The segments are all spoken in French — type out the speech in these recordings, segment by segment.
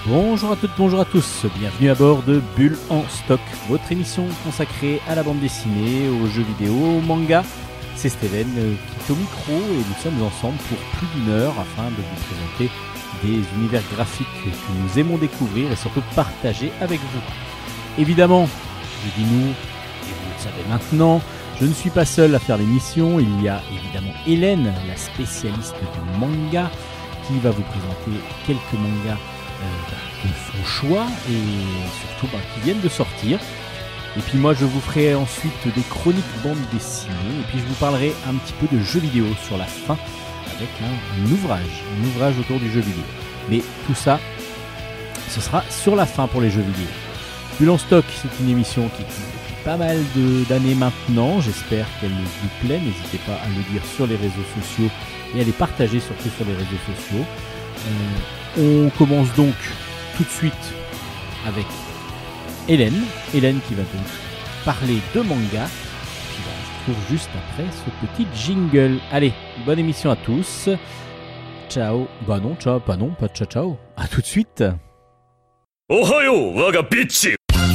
Bonjour à toutes, bonjour à tous, bienvenue à bord de Bulle en stock, votre émission consacrée à la bande dessinée, aux jeux vidéo, aux mangas. C'est Steven qui est au micro et nous sommes ensemble pour plus d'une heure afin de vous présenter des univers graphiques que nous aimons découvrir et surtout partager avec vous. Évidemment, je dis nous, et vous le savez maintenant, je ne suis pas seul à faire l'émission, il y a évidemment Hélène, la spécialiste du manga, qui va vous présenter quelques mangas de son choix et surtout qui viennent de sortir. Et puis moi je vous ferai ensuite des chroniques bande dessinée et puis je vous parlerai un petit peu de jeux vidéo sur la fin avec un ouvrage autour du jeu vidéo. Mais tout ça, ce sera sur la fin pour les jeux vidéo. Bulle en stock, c'est une émission qui existe depuis pas mal d'années maintenant. J'espère qu'elle vous plaît. N'hésitez pas à le dire sur les réseaux sociaux et à les partager surtout sur les réseaux sociaux. On commence donc tout de suite avec Hélène qui va donc parler de manga. Puis on se retrouve juste après ce petit jingle. Allez, bonne émission à tous. Ciao. Ciao, pas de ciao. À tout de suite. Ohayo, waga bitchi.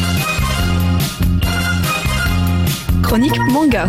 Chronique manga.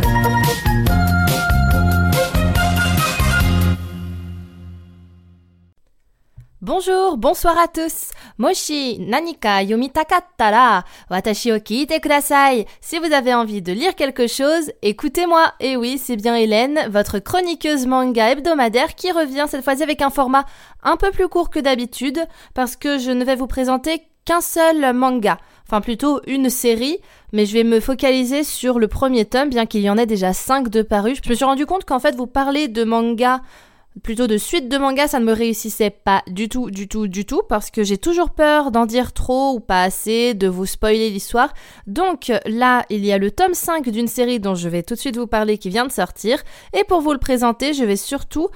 Bonjour, bonsoir à tous. Moshi nanika yomita ra watashi o kiite kudasai. Si vous avez envie de lire quelque chose, écoutez-moi. Et oui, c'est bien Hélène, votre chroniqueuse manga hebdomadaire qui revient cette fois-ci avec un format un peu plus court que d'habitude parce que je ne vais vous présenter qu'un seul manga. Enfin plutôt une série, mais je vais me focaliser sur le premier tome, bien qu'il y en ait déjà 5 de parus. Je me suis rendu compte qu'en fait vous parlez de manga, plutôt de suite de manga, ça ne me réussissait pas du tout, parce que j'ai toujours peur d'en dire trop ou pas assez, de vous spoiler l'histoire. Donc là, il y a le tome 5 d'une série dont je vais tout de suite vous parler qui vient de sortir, et pour vous le présenter, je vais surtout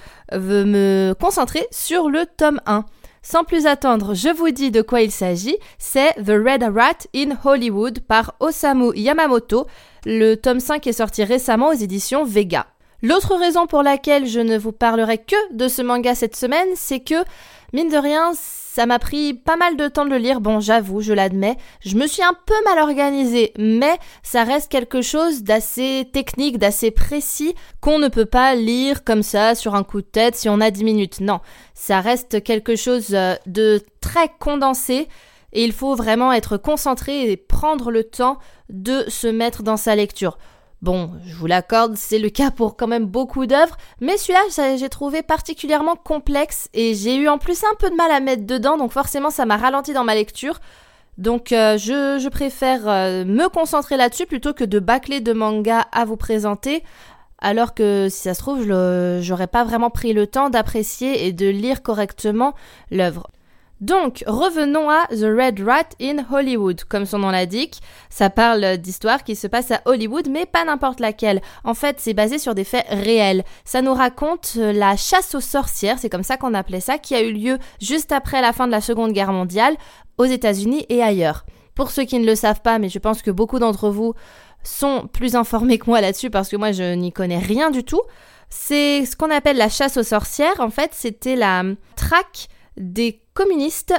me concentrer sur le tome 1. Sans plus attendre, je vous dis de quoi il s'agit, c'est The Red Rat in Hollywood par Osamu Yamamoto. Le tome 5 est sorti récemment aux éditions Vega. L'autre raison pour laquelle je ne vous parlerai que de ce manga cette semaine, c'est que, mine de rien, ça m'a pris pas mal de temps de le lire. Bon, j'avoue, je l'admets, je me suis un peu mal organisée, mais ça reste quelque chose d'assez technique, d'assez précis, qu'on ne peut pas lire comme ça, sur un coup de tête, si on a 10 minutes. Non, ça reste quelque chose de très condensé, et il faut vraiment être concentré et prendre le temps de se mettre dans sa lecture. Bon, je vous l'accorde, c'est le cas pour quand même beaucoup d'œuvres, mais celui-là, j'ai trouvé particulièrement complexe et j'ai eu en plus un peu de mal à mettre dedans, donc forcément ça m'a ralenti dans ma lecture. Donc je préfère me concentrer là-dessus plutôt que de bâcler de manga à vous présenter, alors que si ça se trouve, j'aurais pas vraiment pris le temps d'apprécier et de lire correctement l'œuvre. Donc, revenons à The Red Rat in Hollywood. Comme son nom l'indique, ça parle d'histoire qui se passe à Hollywood, mais pas n'importe laquelle. En fait, c'est basé sur des faits réels. Ça nous raconte la chasse aux sorcières, c'est comme ça qu'on appelait ça, qui a eu lieu juste après la fin de la Seconde Guerre mondiale, aux États-Unis et ailleurs. Pour ceux qui ne le savent pas, mais je pense que beaucoup d'entre vous sont plus informés que moi là-dessus, parce que moi, je n'y connais rien du tout. C'est ce qu'on appelle la chasse aux sorcières. En fait, c'était la traque des communistes,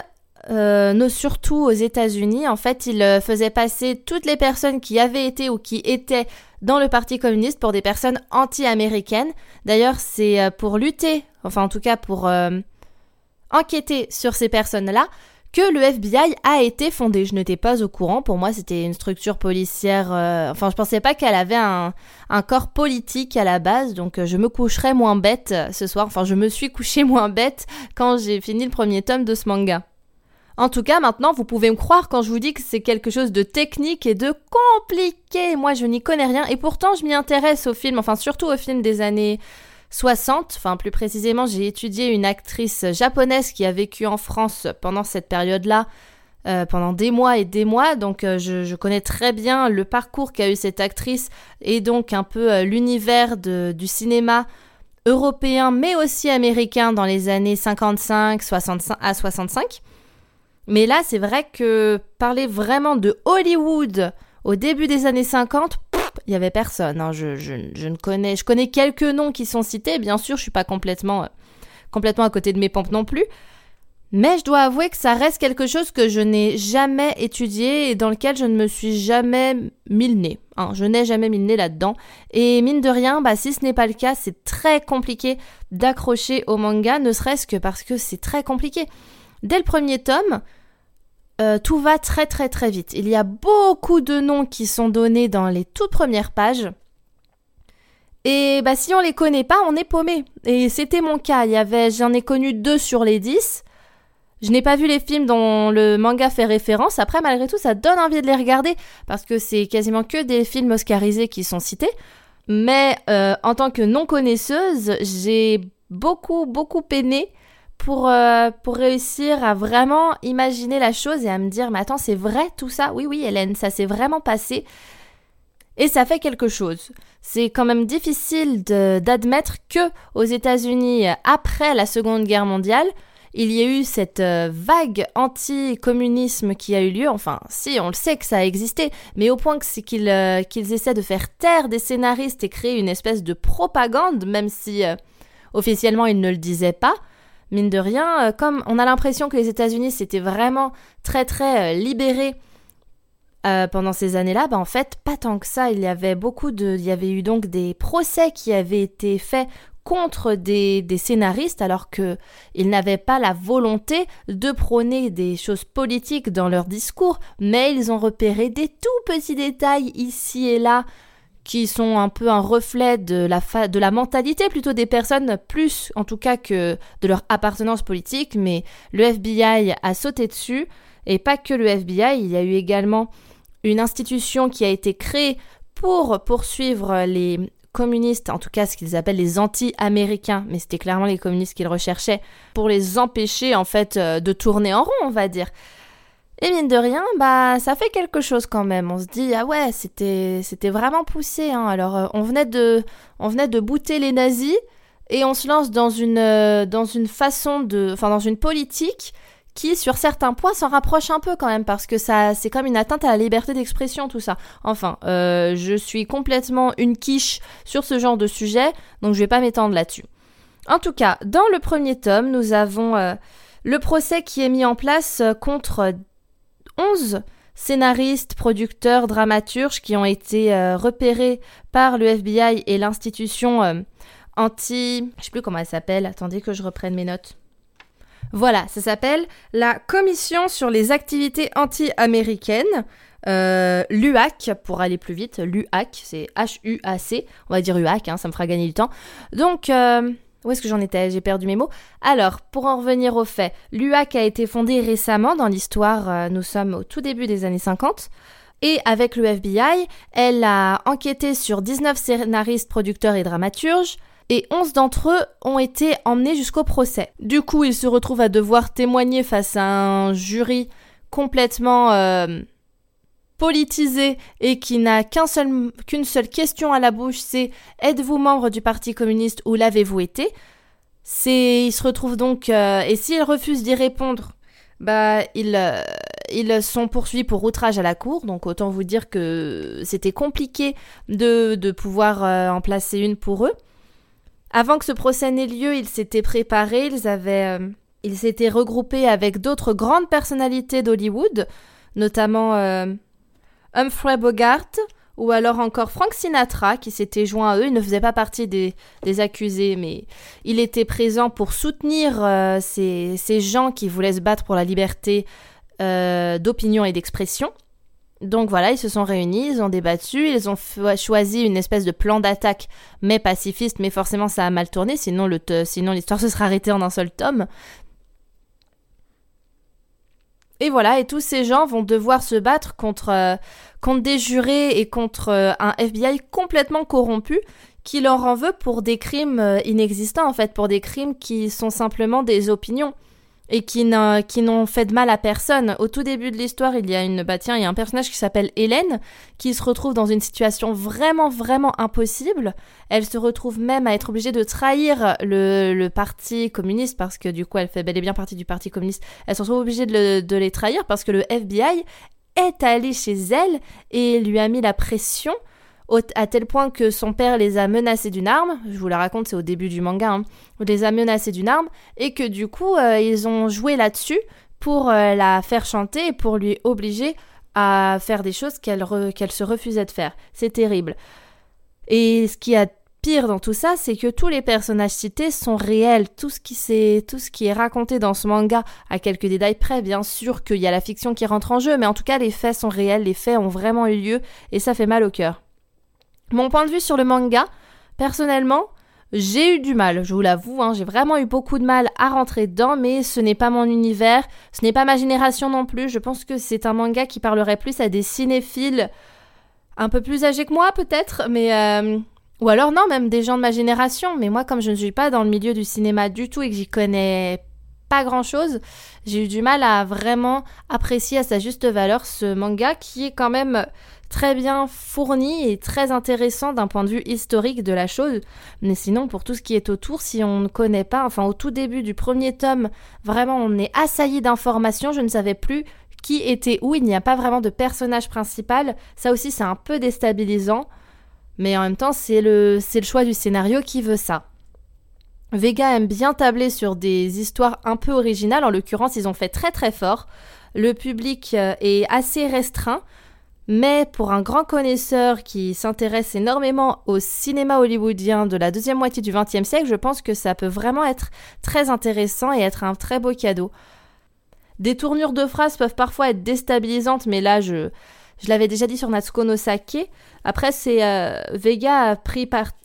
surtout aux États-Unis. En fait, ils faisaient passer toutes les personnes qui avaient été ou qui étaient dans le parti communiste pour des personnes anti-américaines. D'ailleurs, c'est pour lutter, enfin en tout cas pour enquêter sur ces personnes-là, que le FBI a été fondé. Je n'étais pas au courant, pour moi c'était une structure policière, je pensais pas qu'elle avait un corps politique à la base, donc je me coucherai moins bête ce soir, je me suis couchée moins bête quand j'ai fini le premier tome de ce manga. En tout cas, maintenant, vous pouvez me croire quand je vous dis que c'est quelque chose de technique et de compliqué. Moi, je n'y connais rien, et pourtant je m'y intéresse au film, surtout au film des années 60, plus précisément, j'ai étudié une actrice japonaise qui a vécu en France pendant cette période-là, pendant des mois et des mois, donc je connais très bien le parcours qu'a eu cette actrice et donc un peu l'univers du cinéma européen mais aussi américain dans les années 55 à 65. Mais là, c'est vrai que parler vraiment de Hollywood au début des années 50, il y avait personne. Je connais quelques noms qui sont cités, bien sûr, je suis pas complètement à côté de mes pompes non plus. Mais je dois avouer que ça reste quelque chose que je n'ai jamais étudié et dans lequel je ne me suis jamais mis le nez. Je n'ai jamais mis le nez là-dedans. Et mine de rien, si ce n'est pas le cas, c'est très compliqué d'accrocher au manga, ne serait-ce que parce que c'est très compliqué. Dès le premier tome, tout va très très très vite. Il y a beaucoup de noms qui sont donnés dans les toutes premières pages. Et si on les connaît pas, on est paumé. Et c'était mon cas. J'en ai connu 2 sur les 10. Je n'ai pas vu les films dont le manga fait référence. Après, malgré tout, ça donne envie de les regarder parce que c'est quasiment que des films oscarisés qui sont cités. Mais en tant que non-connaisseuse, j'ai beaucoup peiné pour réussir à vraiment imaginer la chose et à me dire « Mais attends, c'est vrai tout ça ? Oui, Hélène, ça s'est vraiment passé. » Et ça fait quelque chose. C'est quand même difficile d'admettre que aux États-Unis, après la Seconde Guerre mondiale, il y a eu cette vague anti-communisme qui a eu lieu. Enfin, si, on le sait que ça a existé, mais au point que c'est qu'ils essaient de faire taire des scénaristes et créer une espèce de propagande, même si officiellement ils ne le disaient pas. Mine de rien, comme on a l'impression que les États-Unis s'étaient vraiment très très libérés pendant ces années-là, en fait, pas tant que ça. Il y avait eu donc des procès qui avaient été faits contre des scénaristes alors qu'ils n'avaient pas la volonté de prôner des choses politiques dans leur discours, mais ils ont repéré des tout petits détails ici et là qui sont un peu un reflet de la mentalité plutôt des personnes, plus en tout cas que de leur appartenance politique, mais le FBI a sauté dessus, et pas que le FBI, il y a eu également une institution qui a été créée pour poursuivre les communistes, en tout cas ce qu'ils appellent les anti-américains, mais c'était clairement les communistes qu'ils recherchaient, pour les empêcher en fait de tourner en rond, on va dire. Et mine de rien, ça fait quelque chose quand même. On se dit ah ouais, c'était vraiment poussé. Alors on venait de bouter les nazis et on se lance dans une façon dans une politique qui, sur certains points, s'en rapproche un peu quand même, parce que ça, c'est comme une atteinte à la liberté d'expression, tout ça. Enfin, je suis complètement une quiche sur ce genre de sujet, donc je vais pas m'étendre là-dessus. En tout cas, dans le premier tome, nous avons le procès qui est mis en place contre 11 scénaristes, producteurs, dramaturges qui ont été repérés par le FBI et l'institution je sais plus comment elle s'appelle, attendez que je reprenne mes notes. Voilà, ça s'appelle la Commission sur les activités anti-américaines, l'UAC, pour aller plus vite, l'UAC, c'est H-U-A-C, on va dire UAC, ça me fera gagner du temps. Donc, où est-ce que j'en étais ? J'ai perdu mes mots. Alors, pour en revenir aux faits, l'UAC a été fondée récemment dans l'histoire, nous sommes au tout début des années 50, et avec le FBI, elle a enquêté sur 19 scénaristes, producteurs et dramaturges, et 11 d'entre eux ont été emmenés jusqu'au procès. Du coup, ils se retrouvent à devoir témoigner face à un jury complètement politisé et qui n'a qu'une seule question à la bouche, c'est « Êtes-vous membre du Parti communiste ou l'avez-vous été ?» Ils se retrouvent donc... et s'ils refusent d'y répondre, ils sont poursuivis pour outrage à la cour. Donc autant vous dire que c'était compliqué de pouvoir en placer une pour eux. Avant que ce procès n'ait lieu, ils s'étaient préparés, ils s'étaient regroupés avec d'autres grandes personnalités d'Hollywood, notamment Humphrey Bogart, ou alors encore Frank Sinatra, qui s'était joint à eux. Il ne faisait pas partie des accusés, mais il était présent pour soutenir ces gens qui voulaient se battre pour la liberté d'opinion et d'expression. Donc voilà, ils se sont réunis, ils ont débattu, ils ont choisi une espèce de plan d'attaque, mais pacifiste, mais forcément ça a mal tourné, sinon l'histoire se serait arrêtée en un seul tome. Et voilà, et tous ces gens vont devoir se battre contre des jurés et contre un FBI complètement corrompu qui leur en veut pour des crimes inexistants, en fait, pour des crimes qui sont simplement des opinions. Et qui n'ont fait de mal à personne. Au tout début de l'histoire, il y a un personnage qui s'appelle Hélène, qui se retrouve dans une situation vraiment, vraiment impossible. Elle se retrouve même à être obligée de trahir le parti communiste, parce que du coup, elle fait bel et bien partie du parti communiste. Elle se retrouve obligée de les trahir, parce que le FBI est allé chez elle et lui a mis la pression à tel point que son père les a menacés d'une arme. Je vous la raconte, c'est au début du manga. Il les a menacés d'une arme et que du coup, ils ont joué là-dessus pour la faire chanter et pour lui obliger à faire des choses qu'elle se refusait de faire. C'est terrible. Et ce qui a pire dans tout ça, c'est que tous les personnages cités sont réels. Tout ce qui est raconté dans ce manga, à quelques détails près, bien sûr qu'il y a la fiction qui rentre en jeu, mais en tout cas, les faits sont réels, les faits ont vraiment eu lieu, et ça fait mal au cœur. Mon point de vue sur le manga, personnellement, j'ai eu du mal, je vous l'avoue, j'ai vraiment eu beaucoup de mal à rentrer dedans, mais ce n'est pas mon univers, ce n'est pas ma génération non plus. Je pense que c'est un manga qui parlerait plus à des cinéphiles un peu plus âgés que moi, peut-être, mais... Ou alors non, même des gens de ma génération. Mais moi, comme je ne suis pas dans le milieu du cinéma du tout et que j'y connais pas grand-chose, j'ai eu du mal à vraiment apprécier à sa juste valeur ce manga qui est quand même très bien fourni et très intéressant d'un point de vue historique de la chose. Mais sinon, pour tout ce qui est autour, si on ne connaît pas, enfin au tout début du premier tome, vraiment on est assailli d'informations, je ne savais plus qui était où, il n'y a pas vraiment de personnage principal. Ça aussi, c'est un peu déstabilisant. Mais en même temps, c'est le choix du scénario qui veut ça. Vega aime bien tabler sur des histoires un peu originales. En l'occurrence, ils ont fait très très fort. Le public est assez restreint. Mais pour un grand connaisseur qui s'intéresse énormément au cinéma hollywoodien de la deuxième moitié du XXe siècle, je pense que ça peut vraiment être très intéressant et être un très beau cadeau. Des tournures de phrases peuvent parfois être déstabilisantes, mais là, je l'avais déjà dit sur Natsuko no Sake. Après, c'est Vega a pris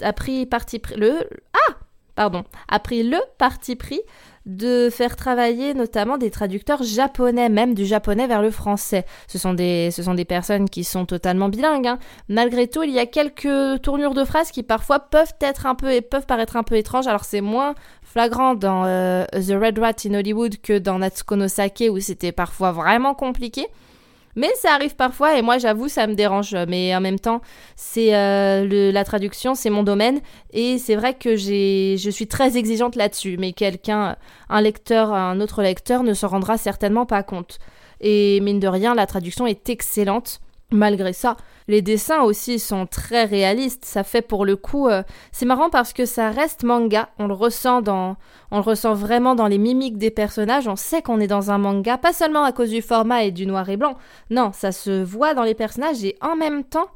le parti pris de faire travailler notamment des traducteurs japonais, même du japonais vers le français. Ce sont des personnes qui sont totalement bilingues. Malgré tout, il y a quelques tournures de phrases qui parfois peuvent paraître un peu étranges. Alors c'est moins flagrant dans The Red Rat in Hollywood que dans Natsuko no Sake où c'était parfois vraiment compliqué. Mais ça arrive parfois et moi j'avoue ça me dérange, mais en même temps c'est la traduction, c'est mon domaine et c'est vrai que je suis très exigeante là-dessus, mais un autre lecteur ne s'en rendra certainement pas compte. Et mine de rien, la traduction est excellente. Malgré ça, les dessins aussi sont très réalistes. Ça fait pour le coup... c'est marrant parce que ça reste manga. On le ressent vraiment dans les mimiques des personnages. On sait qu'on est dans un manga, pas seulement à cause du format et du noir et blanc. Non, ça se voit dans les personnages et en même temps,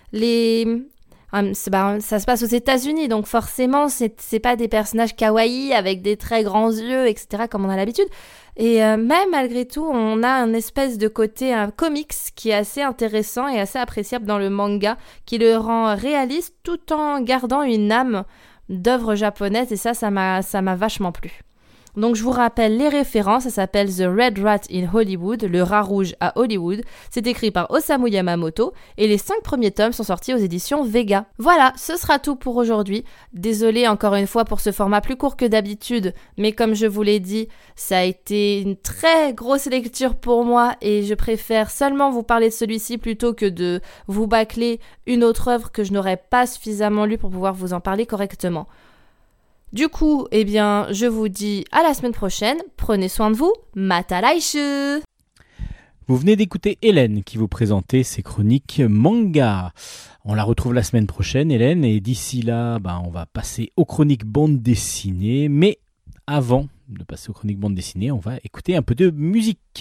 ça se passe aux États-Unis, donc forcément, c'est pas des personnages kawaii avec des très grands yeux, etc., comme on a l'habitude. Et même malgré tout, on a un espèce de côté comics qui est assez intéressant et assez appréciable dans le manga, qui le rend réaliste tout en gardant une âme d'œuvre japonaise, et ça m'a vachement plu. Donc je vous rappelle les références, ça s'appelle The Red Rat in Hollywood, le rat rouge à Hollywood. C'est écrit par Osamu Yamamoto et les 5 premiers tomes sont sortis aux éditions Vega. Voilà, ce sera tout pour aujourd'hui. Désolée encore une fois pour ce format plus court que d'habitude, mais comme je vous l'ai dit, ça a été une très grosse lecture pour moi et je préfère seulement vous parler de celui-ci plutôt que de vous bâcler une autre œuvre que je n'aurais pas suffisamment lue pour pouvoir vous en parler correctement. Du coup, je vous dis à la semaine prochaine. Prenez soin de vous. Mata laishu. Vous venez d'écouter Hélène qui vous présentait ses chroniques manga. On la retrouve la semaine prochaine, Hélène, et d'ici là, on va passer aux chroniques bande dessinée. Mais avant de passer aux chroniques bande dessinée, on va écouter un peu de musique.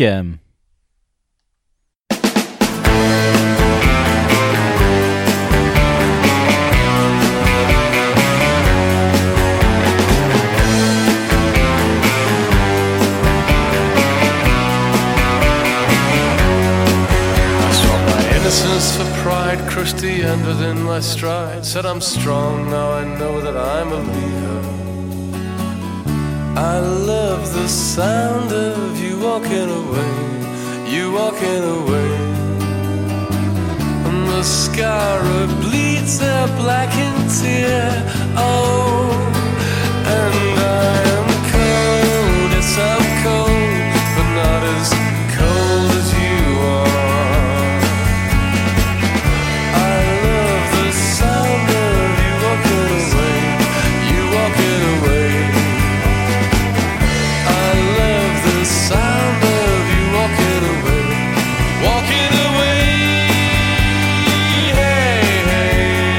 Innocence for pride, crushed the end within my stride. Said I'm strong, now I know that I'm a leader. I love the sound of you walking away. And the scar bleeds a blackened tear. Oh, and I am cold, yes I'm cold, but not as cold as you are. Walking away, hey, hey.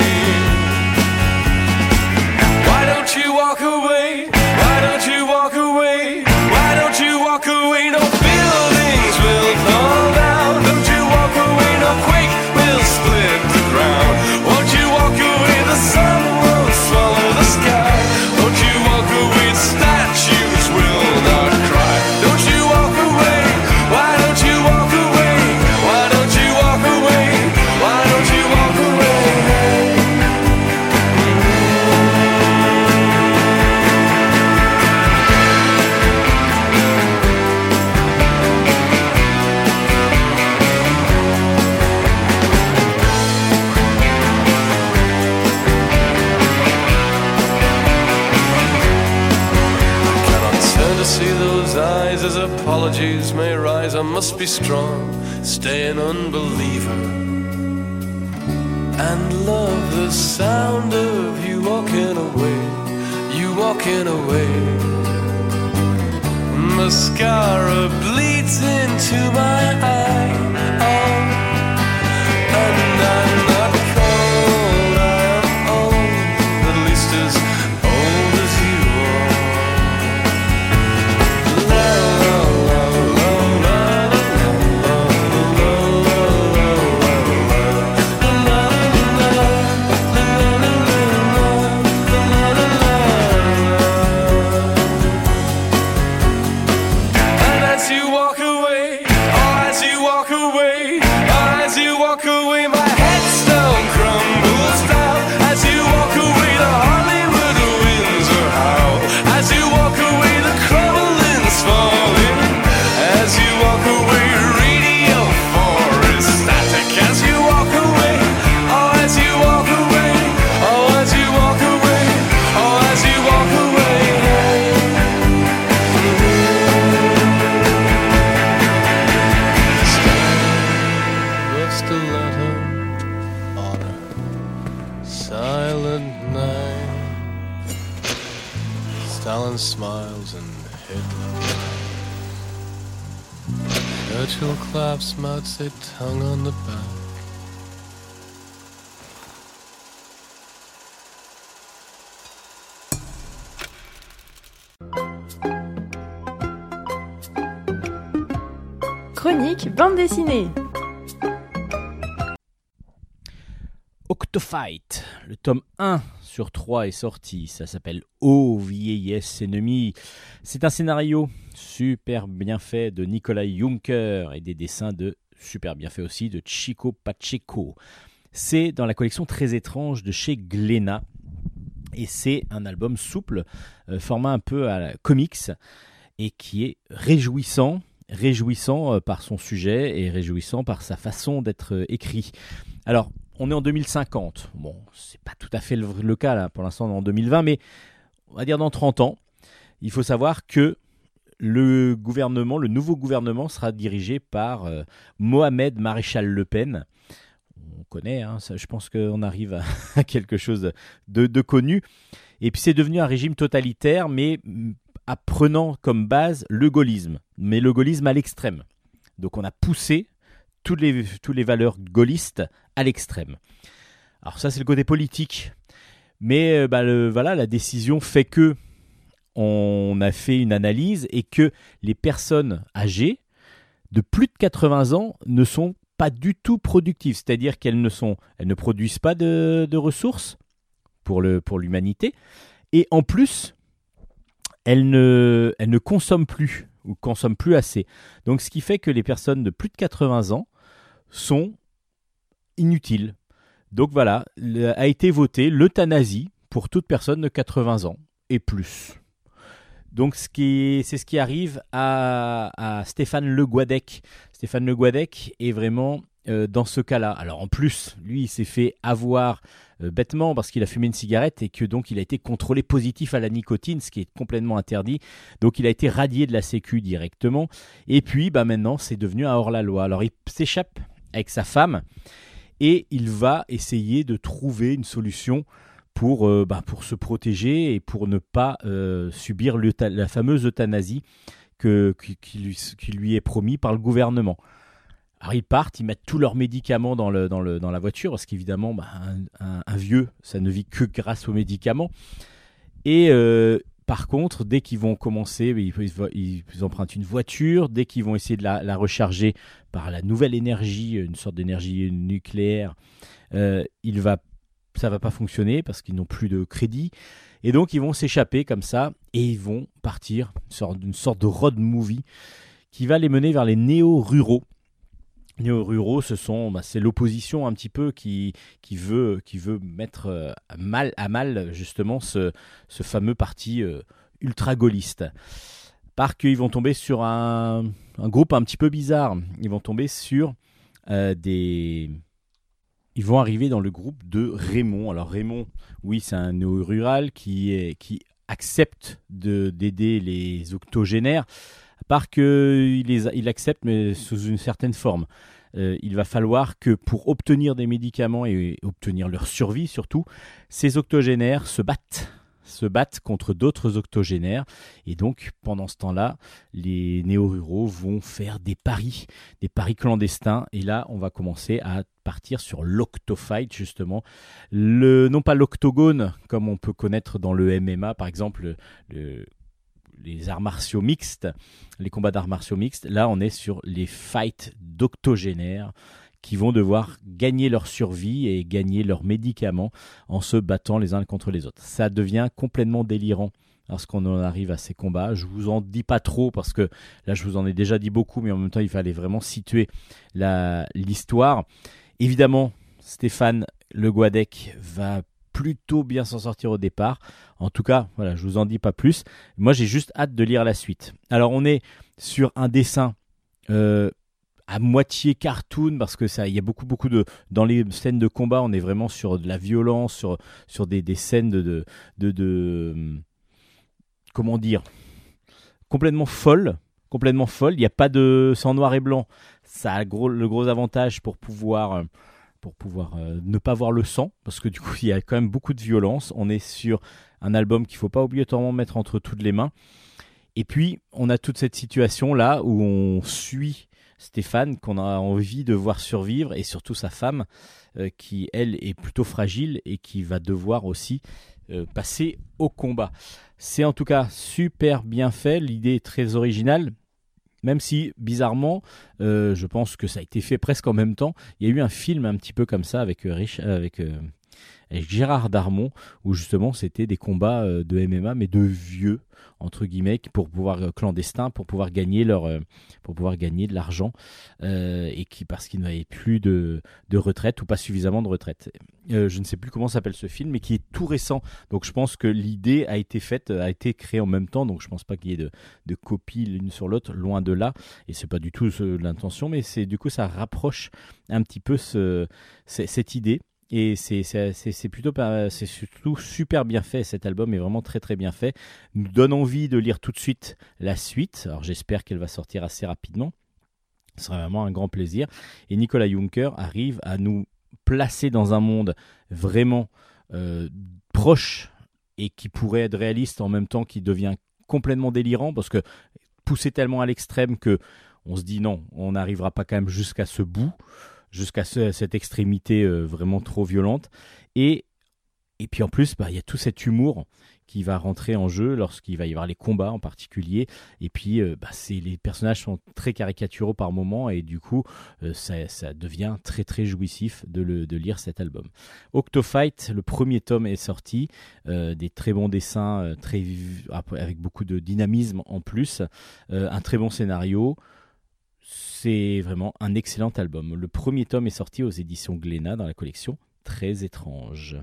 to see those eyes as apologies may rise. I must be strong, stay an unbeliever, and love the sound of you walking away, you walking away. Mascara bleeds into my eye, oh, and I'm not cold, I am old, at least as old as you are. La la la la la la And as you walk away, oh, as you walk away, oh, as you walk away, my headstone crumbles down. As you walk away, the Hollywood winds are howl. As you walk away, the crumbling's falling. As you walk away, radio forest static. As you walk away, oh, as you walk away, oh, as you walk away, oh, as you walk away. The stiletto on a silent night. Stalin smiles and Hitler. Churchill claps, Mao Zedong on the back. Chronique bande dessinée. Octofight, le tome 1 sur 3 est sorti, ça s'appelle Oh vieillesse ennemie. C'est un scénario super bien fait de Nikolai Juncker et des dessins de super bien fait aussi de Chico Pacheco. C'est dans la collection Très étrange de chez Glénat et c'est un album souple, format un peu à la comics et qui est réjouissant par son sujet et réjouissant par sa façon d'être écrit. Alors, on est en 2050. Bon, c'est pas tout à fait le cas là. Pour l'instant, on est en 2020, mais on va dire dans 30 ans. Il faut savoir que le nouveau gouvernement sera dirigé par Mohamed Maréchal Le Pen. On connaît, hein, ça, je pense qu'on arrive à quelque chose de connu. Et puis c'est devenu un régime totalitaire, mais prenant comme base le gaullisme, mais le gaullisme à l'extrême. Donc on a poussé toutes les valeurs gaullistes à l'extrême. Alors ça c'est le côté politique, mais la décision fait que on a fait une analyse et que les personnes âgées de plus de 80 ans ne sont pas du tout productives, c'est-à-dire qu'elles ne produisent pas de ressources pour l'humanité, et en plus elles ne consomment plus ou consomment plus assez. Donc ce qui fait que les personnes de plus de 80 ans sont inutiles. Donc voilà, a été voté l'euthanasie pour toute personne de 80 ans et plus. Donc c'est ce qui arrive à Stéphane Le Guadec. Stéphane Le Guadec est vraiment dans ce cas-là. Alors en plus, lui, il s'est fait avoir bêtement parce qu'il a fumé une cigarette et que donc il a été contrôlé positif à la nicotine, ce qui est complètement interdit. Donc il a été radié de la Sécu directement. Et puis maintenant, c'est devenu un hors-la-loi. Alors il s'échappe avec sa femme et il va essayer de trouver une solution pour se protéger et pour ne pas subir la fameuse euthanasie qui lui est promis par le gouvernement. Alors ils partent, ils mettent tous leurs médicaments dans la voiture, parce qu'évidemment, un vieux, ça ne vit que grâce aux médicaments. Et par contre, dès qu'ils vont commencer, ils empruntent une voiture, dès qu'ils vont essayer de la recharger par la nouvelle énergie, une sorte d'énergie nucléaire, ça va pas fonctionner parce qu'ils n'ont plus de crédit. Et donc ils vont s'échapper comme ça et ils vont partir, une sorte de road movie qui va les mener vers les néo-ruraux. Néo-ruraux, c'est l'opposition un petit peu qui veut mettre à mal justement ce fameux parti ultra-gaulliste. Parce qu'ils vont tomber sur un groupe un petit peu bizarre. Ils vont tomber sur ils vont arriver dans le groupe de Raymond. Alors Raymond, oui, c'est un néo-rural qui accepte d'aider les octogénaires, à part qu'il accepte, mais sous une certaine forme. Il va falloir que pour obtenir des médicaments et obtenir leur survie surtout, ces octogénaires se battent contre d'autres octogénaires. Et donc, pendant ce temps-là, les néo-ruraux vont faire des paris clandestins. Et là, on va commencer à partir sur l'octofight, justement. Non pas l'octogone, comme on peut connaître dans le MMA, par exemple, les arts martiaux mixtes, les combats d'arts martiaux mixtes. Là, on est sur les fights d'octogénaires qui vont devoir gagner leur survie et gagner leurs médicaments en se battant les uns contre les autres. Ça devient complètement délirant lorsqu'on en arrive à ces combats. Je vous en dis pas trop parce que là, je vous en ai déjà dit beaucoup, mais en même temps, il fallait vraiment situer l'histoire. Évidemment, Stéphane Le Goadec va plutôt bien s'en sortir au départ. En tout cas, voilà, je vous en dis pas plus. Moi, j'ai juste hâte de lire la suite. Alors, on est sur un dessin à moitié cartoon parce que il y a beaucoup dans les scènes de combat, on est vraiment sur de la violence, sur des scènes de comment dire, complètement folles. Il n'y a pas de c'est en noir et blanc. Ça a le gros avantage pour pouvoir ne pas voir le sang, parce que du coup il y a quand même beaucoup de violence. On est sur un album qu'il ne faut pas obligatoirement mettre entre toutes les mains. Et puis on a toute cette situation là où on suit Stéphane, qu'on a envie de voir survivre, et surtout sa femme qui elle est plutôt fragile et qui va devoir aussi passer au combat. C'est en tout cas super bien fait, l'idée est très originale. Même si, bizarrement, je pense que ça a été fait presque en même temps. Il y a eu un film un petit peu comme ça avec Gérard Darmon, où justement c'était des combats de MMA, mais de vieux, entre guillemets, clandestins, pour pouvoir gagner de l'argent, parce qu'ils n'avaient plus de retraite ou pas suffisamment de retraite. Je ne sais plus comment s'appelle ce film, mais qui est tout récent. Donc je pense que l'idée a été créée en même temps. Donc je ne pense pas qu'il y ait de copies l'une sur l'autre, loin de là. Et c'est pas du tout l'intention, mais du coup ça rapproche un petit peu cette idée. Et c'est surtout super bien fait. Cet album est vraiment très très bien fait. Nous donne envie de lire tout de suite la suite. Alors j'espère qu'elle va sortir assez rapidement. Ce sera vraiment un grand plaisir. Et Nicolas Juncker arrive à nous placer dans un monde vraiment proche et qui pourrait être réaliste en même temps, qui devient complètement délirant, parce que poussé tellement à l'extrême que on se dit non, on n'arrivera pas quand même jusqu'à ce bout, jusqu'à cette extrémité vraiment trop violente. Et puis en plus, il y a tout cet humour qui va rentrer en jeu lorsqu'il va y avoir les combats en particulier. Et puis les personnages sont très caricaturaux par moments, et du coup ça devient très très jouissif de lire cet album. Octofight, le premier tome est sorti, des très bons dessins, avec beaucoup de dynamisme en plus, un très bon scénario. C'est vraiment un excellent album. Le premier tome est sorti aux éditions Glénat dans la collection Très étrange.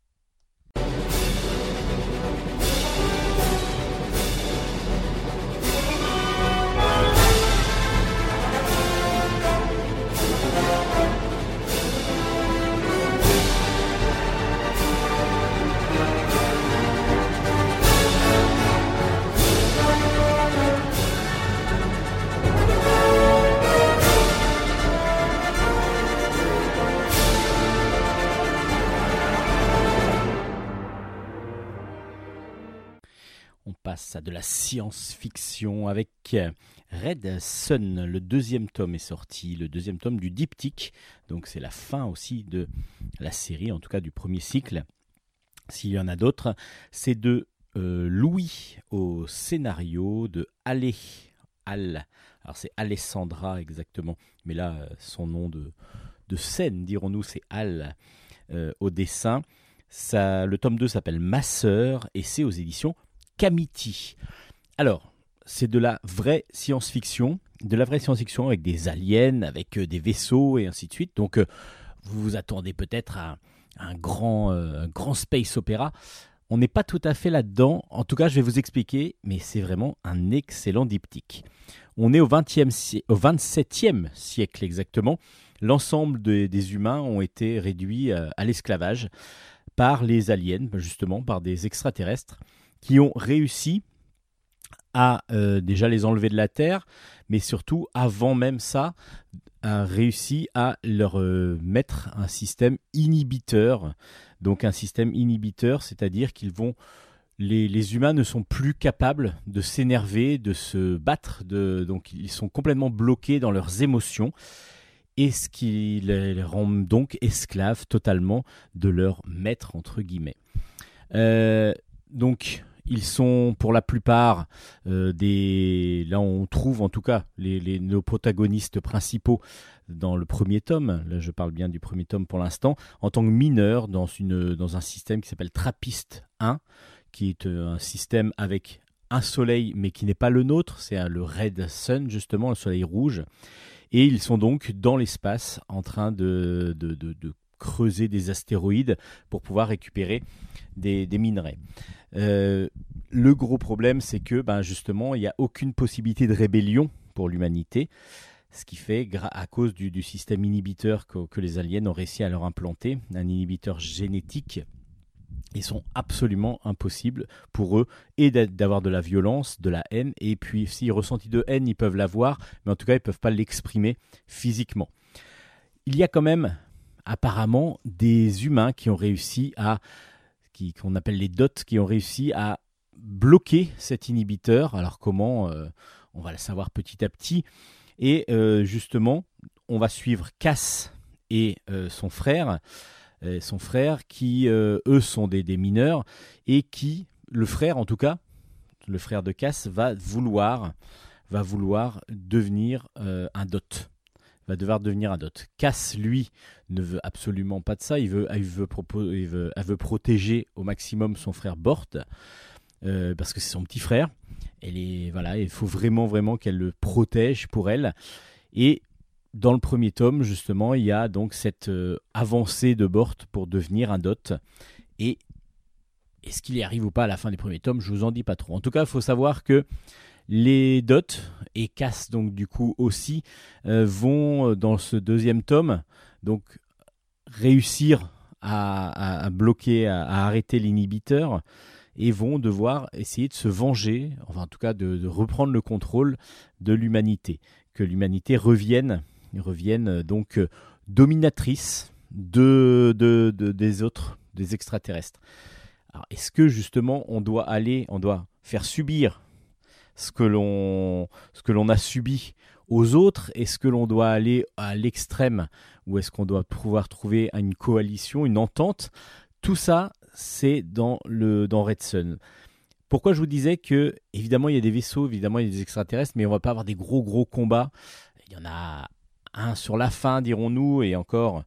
On passe à de la science-fiction avec Red Sun. Le deuxième tome est sorti, le deuxième tome du diptyque. Donc c'est la fin aussi de la série, en tout cas du premier cycle. S'il y en a d'autres, c'est de Louis au scénario, de Alors c'est Alessandra exactement, mais là son nom de scène, dirons-nous, c'est Al au dessin. Le tome 2 s'appelle Ma Sœur et c'est aux éditions Kamiti. Alors, c'est de la vraie science-fiction avec des aliens, avec des vaisseaux et ainsi de suite. Donc, vous vous attendez peut-être à un grand space opéra. On n'est pas tout à fait là-dedans. En tout cas, je vais vous expliquer, mais c'est vraiment un excellent diptyque. On est au 27e siècle exactement. L'ensemble des humains ont été réduits à l'esclavage par les aliens, justement, par des extraterrestres qui ont réussi à déjà les enlever de la Terre, mais surtout, avant même ça, a réussi à leur mettre un système inhibiteur. Donc un système inhibiteur, c'est-à-dire les humains ne sont plus capables de s'énerver, de se battre, donc ils sont complètement bloqués dans leurs émotions, et ce qui les rend donc esclaves totalement de leur maître, entre guillemets. Donc ils sont pour la plupart là on trouve en tout cas nos protagonistes principaux dans le premier tome, là je parle bien du premier tome pour l'instant, en tant que mineurs dans un système qui s'appelle Trappist 1, qui est un système avec un soleil mais qui n'est pas le nôtre, c'est le Red Sun justement, le soleil rouge, et ils sont donc dans l'espace en train de creuser des astéroïdes pour pouvoir récupérer des minerais. Le gros problème, c'est que justement, il n'y a aucune possibilité de rébellion pour l'humanité, ce qui fait, à cause du système inhibiteur que les aliens ont réussi à leur implanter, un inhibiteur génétique, ils sont absolument impossibles pour eux et d'avoir de la violence, de la haine, et puis s'ils ressentent de haine, ils peuvent l'avoir, mais en tout cas, ils ne peuvent pas l'exprimer physiquement. Il y a quand même apparemment des humains qui ont réussi qu'on appelle les dots, qui ont réussi à bloquer cet inhibiteur. Alors comment on va le savoir petit à petit. Et justement, on va suivre Cass et son frère qui, eux, sont des mineurs, et qui, le frère en tout cas, le frère de Cass, va vouloir devenir un dot. Va devoir devenir un dot. Cass, lui, ne veut absolument pas de ça. Il veut protéger au maximum son frère Bort, parce que c'est son petit frère. Il faut vraiment qu'elle le protège pour elle. Et dans le premier tome, justement, il y a donc cette avancée de Bort pour devenir un dot. Et est-ce qu'il y arrive ou pas à la fin des premiers tomes? Je vous en dis pas trop. En tout cas, il faut savoir que les dots, et Cass donc du coup aussi, vont dans ce deuxième tome donc réussir à bloquer, à arrêter l'inhibiteur, et vont devoir essayer de se venger, enfin en tout cas de reprendre le contrôle de l'humanité, que l'humanité revienne donc dominatrice des autres, des extraterrestres. Alors est-ce que justement on doit faire subir ce que l'on a subi aux autres? Est-ce que l'on doit aller à l'extrême, ou est-ce qu'on doit pouvoir trouver une coalition, une entente? Tout ça, c'est dans Red Sun. Pourquoi je vous disais que, évidemment, il y a des vaisseaux, évidemment, il y a des extraterrestres, mais on ne va pas avoir des gros combats. Il y en a un sur la fin, dirons-nous, et encore.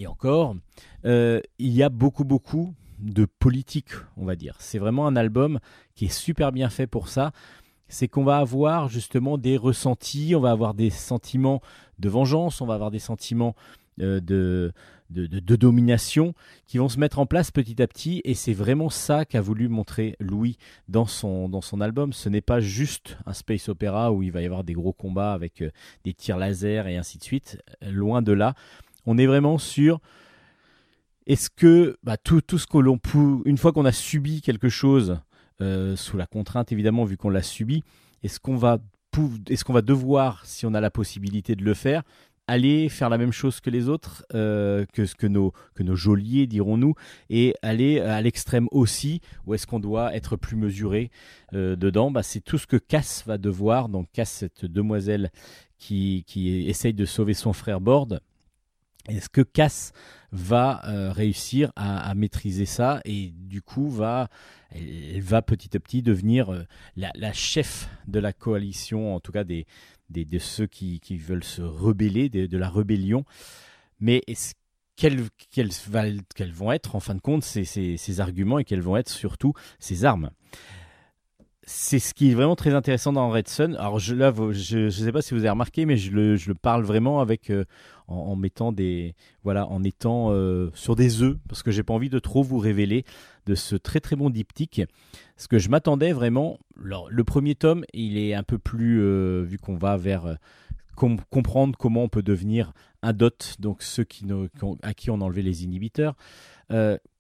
Il y a beaucoup de politique, on va dire. C'est vraiment un album qui est super bien fait pour ça. C'est qu'on va avoir justement des ressentis, on va avoir des sentiments de vengeance, on va avoir des sentiments de domination qui vont se mettre en place petit à petit, et c'est vraiment ça qu'a voulu montrer Louis dans son album. Ce n'est pas juste un space opéra où il va y avoir des gros combats avec des tirs laser et ainsi de suite, loin de là. On est vraiment sur est-ce que tout ce que l'on peut, une fois qu'on a subi quelque chose, sous la contrainte évidemment vu qu'on l'a subi, est-ce qu'on va devoir, si on a la possibilité de le faire, aller faire la même chose que les autres, que nos geôliers, dirons-nous, et aller à l'extrême aussi, ou est-ce qu'on doit être plus mesuré dedans? C'est tout ce que Cass va devoir. Donc Cass, cette demoiselle qui essaye de sauver son frère Bort, est-ce que Cass va réussir à maîtriser ça, et du coup elle va petit à petit devenir la chef de la coalition, en tout cas de ceux qui veulent se rebeller, de la rébellion. Mais quels vont être en fin de compte ces arguments, et quels vont être surtout ces armes? C'est ce qui est vraiment très intéressant dans Red Sun. Alors je ne sais pas si vous avez remarqué, mais je le parle vraiment avec en mettant en étant sur des œufs, parce que j'ai pas envie de trop vous révéler de ce très très bon diptyque. Ce que je m'attendais vraiment, le premier tome, il est un peu plus vu qu'on va vers comprendre comment on peut devenir un dot, donc ceux à qui on a enlevé les inhibiteurs.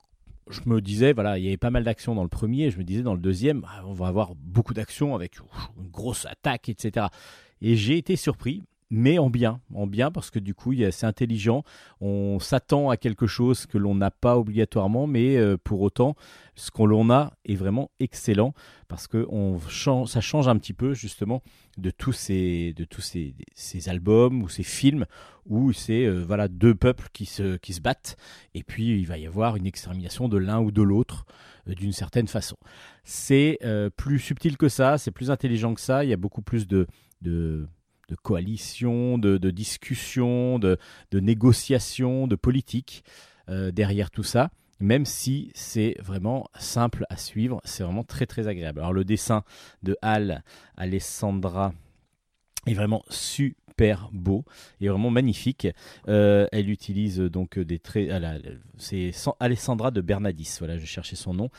je me disais, voilà, il y avait pas mal d'action dans le premier, et je me disais dans le deuxième, on va avoir beaucoup d'action avec une grosse attaque, etc. Et j'ai été surpris, mais en bien parce que du coup, c'est intelligent, on s'attend à quelque chose que l'on n'a pas obligatoirement, mais pour autant, ce qu'on l'on a est vraiment excellent, parce que ça change un petit peu justement de tous ces albums ou ces films où c'est voilà, deux peuples qui se battent, et puis il va y avoir une extermination de l'un ou de l'autre d'une certaine façon. C'est plus subtil que ça, c'est plus intelligent que ça, il y a beaucoup plus de coalition, de discussion, de négociation, de politique derrière tout ça, même si c'est vraiment simple à suivre, c'est vraiment très très agréable. Alors le dessin de Alessandra est vraiment super beau et vraiment magnifique. Elle utilise donc des traits. C'est Alessandra de Bernadis, voilà, je cherchais son nom.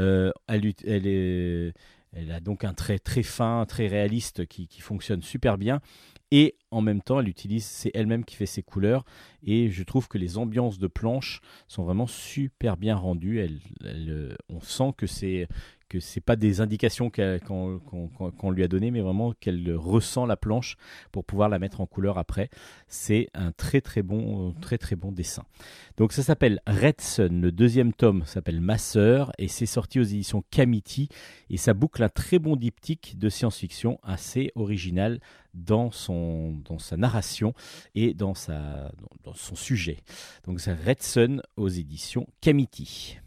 Elle a donc un trait très fin, très réaliste qui fonctionne super bien. Et en même temps, c'est elle-même qui fait ses couleurs. Et je trouve que les ambiances de planche sont vraiment super bien rendues. On sent que c'est pas des indications qu'on lui a données, mais vraiment qu'elle ressent la planche pour pouvoir la mettre en couleur après. C'est un très très bon dessin. Donc ça s'appelle Red Sun, le deuxième tome s'appelle Ma Sœur, et c'est sorti aux éditions Kamiti, et ça boucle un très bon diptyque de science-fiction assez original dans sa narration et dans son sujet. Donc c'est Red Sun aux éditions Kamiti.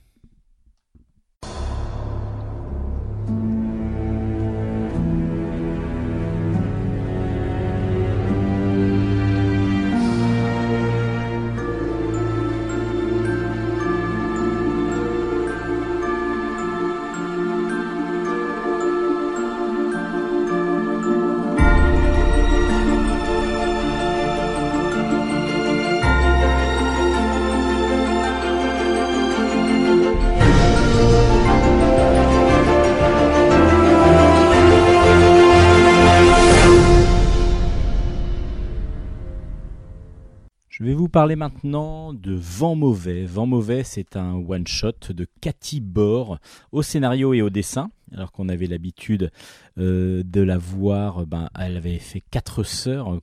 Je vais vous parler maintenant de Vent Mauvais. Vent Mauvais, c'est un one-shot de Cathy Bor au scénario et au dessin. Alors qu'on avait l'habitude de la voir, elle avait fait 4 sœurs,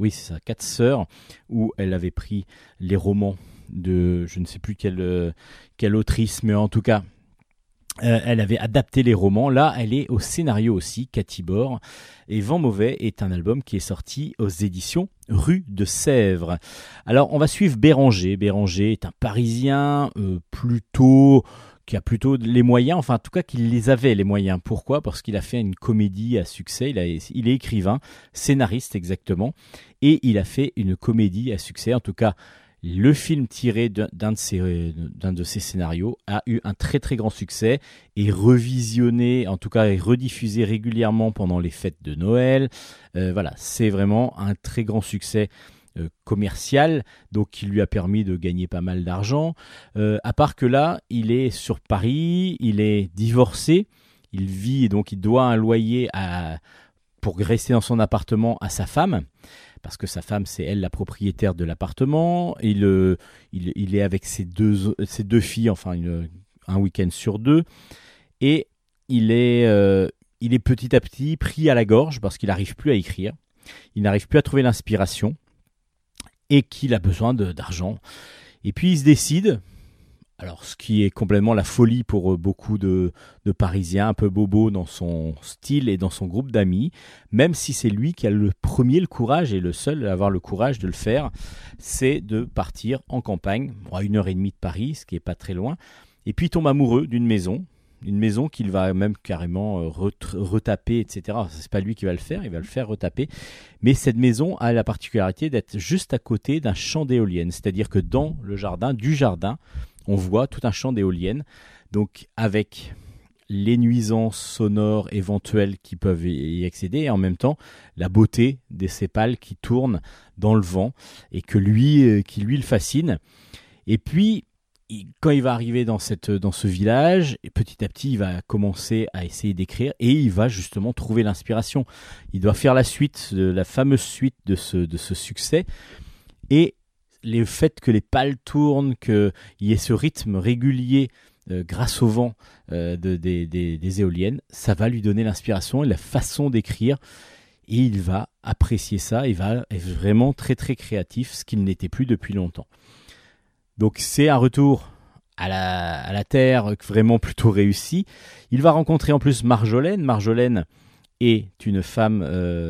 où elle avait pris les romans de, je ne sais plus quelle autrice, mais en tout cas, elle avait adapté les romans. Là, elle est au scénario aussi, Cathy Bor. Et Vent Mauvais est un album qui est sorti aux éditions Rue de Sèvres. Alors, on va suivre Béranger. Béranger est un Parisien qui a plutôt les moyens, enfin en tout cas qu'il les avait les moyens. Pourquoi ? Parce qu'il a fait une comédie à succès, il est écrivain, scénariste exactement, et il a fait une comédie à succès, en tout cas le film tiré d'un de ses scénarios a eu un très très grand succès et revisionné, en tout cas rediffusé régulièrement pendant les fêtes de Noël. Voilà, c'est vraiment un très grand succès commercial, donc qui lui a permis de gagner pas mal d'argent. À part que là, il est sur Paris, il est divorcé, il vit et donc il doit un loyer pour rester dans son appartement à sa femme. Parce que sa femme, c'est elle la propriétaire de l'appartement. Il est avec ses deux filles, enfin un week-end sur 2. Et il est petit à petit pris à la gorge parce qu'il n'arrive plus à écrire. Il n'arrive plus à trouver l'inspiration et qu'il a besoin d'argent. Et puis il se décide, alors ce qui est complètement la folie pour beaucoup de Parisiens, un peu bobo dans son style et dans son groupe d'amis, même si c'est lui qui a le courage et le seul à avoir le courage de le faire, c'est de partir en campagne, à 1h30 de Paris, ce qui n'est pas très loin, et puis il tombe amoureux d'une maison qu'il va même carrément retaper, etc. C'est pas lui qui va le faire, il va le faire retaper. Mais cette maison a la particularité d'être juste à côté d'un champ d'éoliennes, c'est-à-dire que dans le jardin, on voit tout un champ d'éoliennes, donc avec les nuisances sonores éventuelles qui peuvent y accéder, et en même temps la beauté des sépales qui tournent dans le vent et qui lui le fascine. Et puis quand il va arriver dans ce village, et petit à petit il va commencer à essayer d'écrire et il va justement trouver l'inspiration. Il doit faire la fameuse suite de ce succès, et le fait que les pales tournent, qu'il y ait ce rythme régulier grâce au vent des éoliennes, ça va lui donner l'inspiration et la façon d'écrire. Et il va apprécier ça, il va être vraiment très très créatif, ce qu'il n'était plus depuis longtemps. Donc c'est un retour à la Terre vraiment plutôt réussi. Il va rencontrer en plus Marjolaine. Marjolaine est une femme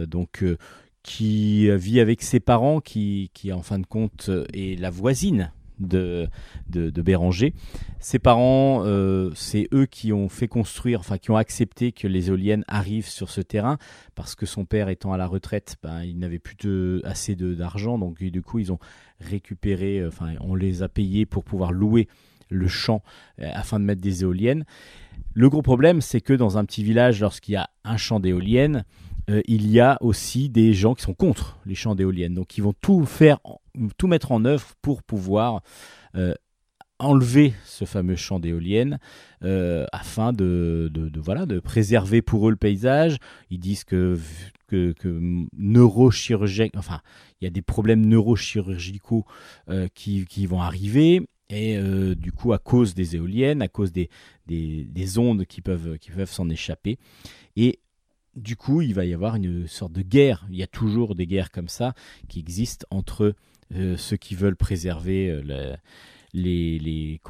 qui vit avec ses parents, qui en fin de compte est la voisine de Béranger. Ses parents, c'est eux qui ont fait construire, enfin qui ont accepté que les éoliennes arrivent sur ce terrain, parce que son père étant à la retraite, il n'avait plus assez d'argent, donc du coup ils ont récupéré, on les a payés pour pouvoir louer le champ afin de mettre des éoliennes. Le gros problème, c'est que dans un petit village, lorsqu'il y a un champ d'éoliennes, il y a aussi des gens qui sont contre les champs d'éoliennes. Donc ils vont tout mettre en œuvre pour pouvoir enlever ce fameux champ d'éoliennes afin de préserver pour eux le paysage. Ils disent que neurochirurgiens, il y a des problèmes neurochirurgicaux qui vont arriver. Et du coup, à cause des éoliennes, à cause des ondes qui peuvent s'en échapper. Et du coup, il va y avoir une sorte de guerre. Il y a toujours des guerres comme ça qui existent entre ceux qui veulent préserver le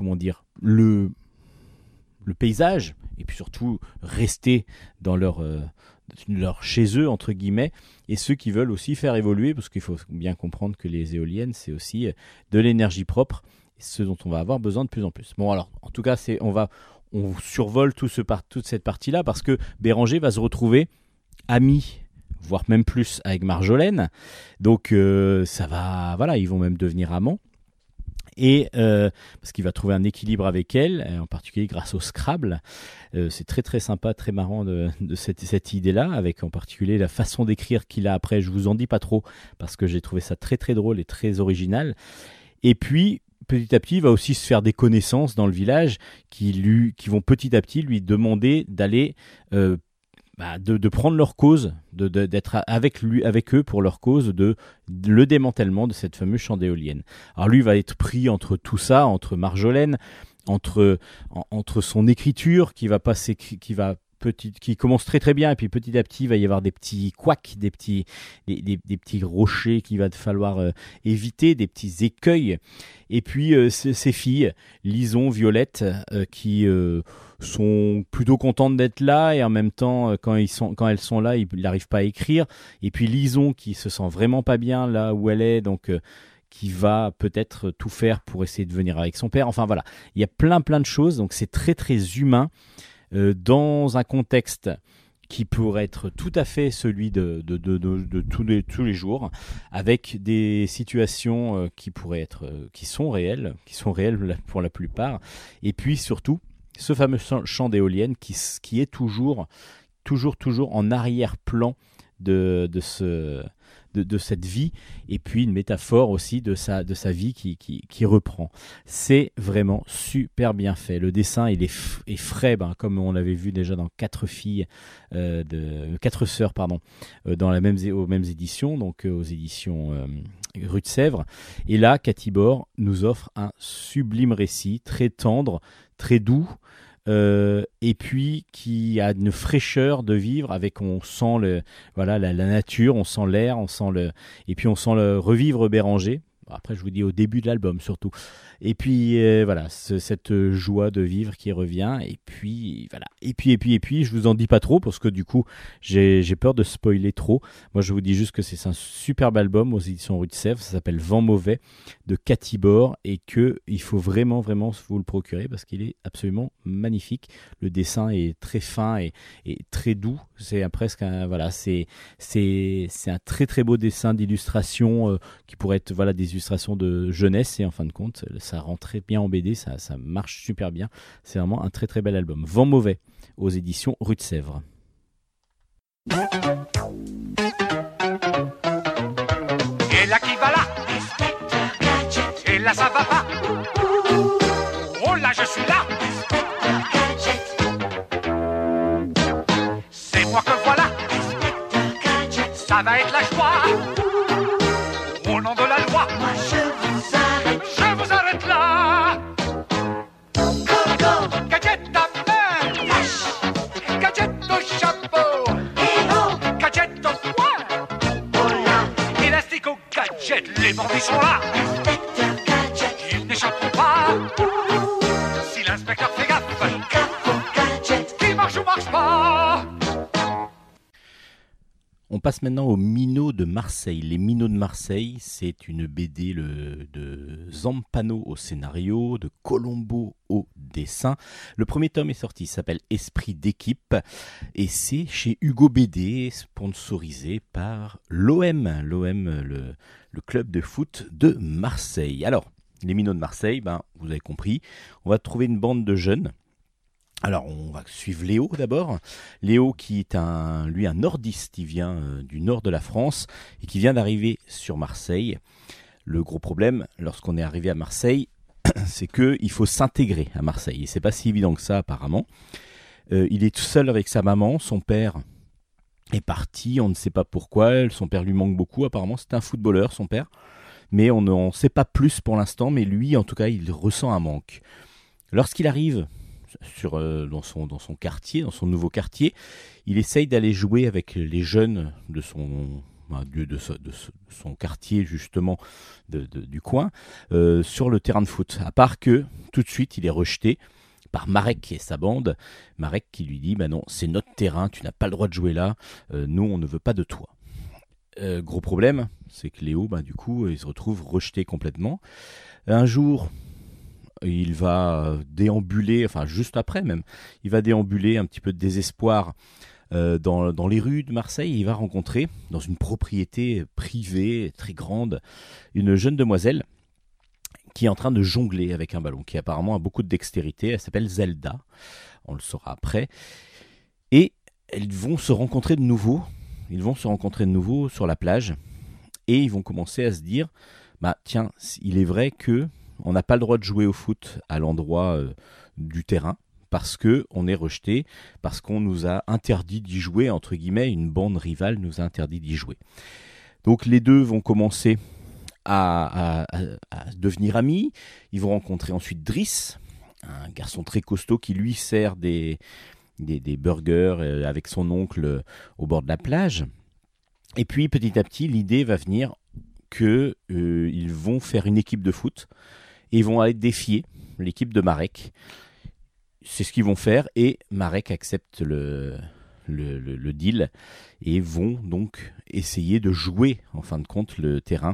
paysage, et puis surtout rester dans leur chez eux, entre guillemets, et ceux qui veulent aussi faire évoluer, parce qu'il faut bien comprendre que les éoliennes, c'est aussi de l'énergie propre, ce dont on va avoir besoin de plus en plus. Bon, alors, en tout cas, on survole toute cette partie-là, parce que Béranger va se retrouver ami, voire même plus, avec Marjolaine. Donc, ça va, ils vont même devenir amants. Et parce qu'il va trouver un équilibre avec elle, en particulier grâce au Scrabble. C'est très très sympa, très marrant de cette idée-là, avec en particulier la façon d'écrire qu'il a après. Je vous en dis pas trop, parce que j'ai trouvé ça très très drôle et très original. Et puis, petit à petit, il va aussi se faire des connaissances dans le village qui vont petit à petit lui demander d'aller de prendre leur cause, d'être avec eux pour leur cause de le démantèlement de cette fameuse champ d'éoliennes. Alors lui va être pris entre tout ça, entre Marjolaine, entre son écriture qui commence très très bien, et puis petit à petit il va y avoir des petits couacs, des petits rochers qu'il va falloir éviter, des petits écueils. Et puis ces filles, Lison, Violette, qui sont plutôt contentes d'être là, et en même temps quand elles sont là, ils n'arrivent pas à écrire. Et puis Lison qui se sent vraiment pas bien là où elle est, donc qui va peut-être tout faire pour essayer de venir avec son père. Enfin voilà, il y a plein de choses, donc c'est très très humain. Dans un contexte qui pourrait être tout à fait celui de tous les jours, avec des situations qui sont réelles pour la plupart, et puis surtout ce fameux champ d'éoliennes qui est toujours en arrière-plan de cette vie, et puis une métaphore aussi de sa vie qui reprend. C'est vraiment super bien fait. Le dessin il est frais, comme on l'avait vu déjà dans 4 sœurs aux mêmes éditions, donc aux éditions Rue de Sèvres. Et là, Cathy Bord nous offre un sublime récit, très tendre, très doux, et puis qui a une fraîcheur de vivre, avec on sent la nature, on sent l'air, et puis on sent le revivre Béranger. Après, je vous dis au début de l'album surtout. Et puis cette joie de vivre qui revient. Et puis voilà. Et puis, je vous en dis pas trop, parce que du coup, j'ai peur de spoiler trop. Moi, je vous dis juste que c'est un superbe album aux éditions Rue de Sèvres. Ça s'appelle Vent mauvais de Cathy Bord, et que il faut vraiment vous le procurer, parce qu'il est absolument magnifique. Le dessin est très fin et très doux. C'est presque c'est un très très beau dessin d'illustration qui pourrait être des illustrations de jeunesse, et en fin de compte ça rentre très bien en BD, ça marche super bien. C'est vraiment un très très bel album. Vent mauvais aux éditions Rue de Sèvres. Et là qui va là, et là ça va pas, oh là je suis là, c'est moi que voilà, ça va être la joie, au nom de la loi, je vous arrête là. Go, go. gadgets, les bandits sont là. Ils n'échapperont pas. Si l'inspecteur fait gaffe, qui marche ou marche pas. On passe maintenant aux Minots de Marseille. Les Minots de Marseille, c'est une BD de Zampano au scénario, de Colombo au dessin. Le premier tome est sorti, il s'appelle Esprit d'équipe et c'est chez Hugo BD, sponsorisé par l'OM, le club de foot de Marseille. Alors, les Minots de Marseille, vous avez compris, on va trouver une bande de jeunes. Alors, on va suivre Léo d'abord. Léo qui est un nordiste, il vient du nord de la France et qui vient d'arriver sur Marseille. Le gros problème, lorsqu'on est arrivé à Marseille, c'est qu'il faut s'intégrer à Marseille. Et c'est pas si évident que ça apparemment. Il est tout seul avec sa maman, son père est parti, on ne sait pas pourquoi, son père lui manque beaucoup, apparemment c'est un footballeur son père. Mais on n'en sait pas plus pour l'instant, mais lui en tout cas il ressent un manque. Lorsqu'il arrive dans son quartier, dans son nouveau quartier, il essaye d'aller jouer avec les jeunes de son quartier justement du coin sur le terrain de foot. À part que tout de suite il est rejeté par Marek et sa bande. Marek qui lui dit non, c'est notre terrain, tu n'as pas le droit de jouer là, nous on ne veut pas de toi. Gros problème, c'est que Léo du coup il se retrouve rejeté complètement. Un jour il va déambuler, juste après même, il va déambuler un petit peu de désespoir dans les rues de Marseille. Il va rencontrer, dans une propriété privée très grande, une jeune demoiselle qui est en train de jongler avec un ballon, qui apparemment a beaucoup de dextérité. Elle s'appelle Zelda, on le saura après. Et ils vont se rencontrer de nouveau sur la plage, et ils vont commencer à se dire, tiens, il est vrai que on n'a pas le droit de jouer au foot à l'endroit du terrain parce qu'on est rejeté, parce qu'on nous a interdit d'y jouer, entre guillemets, une bande rivale nous a interdit d'y jouer. Donc les deux vont commencer à devenir amis. Ils vont rencontrer ensuite Driss, un garçon très costaud qui lui sert des burgers avec son oncle au bord de la plage. Et puis petit à petit, l'idée va venir qu'ils vont faire une équipe de foot. Et ils vont aller défier l'équipe de Marek. C'est ce qu'ils vont faire et Marek accepte le deal et vont donc essayer de jouer en fin de compte le terrain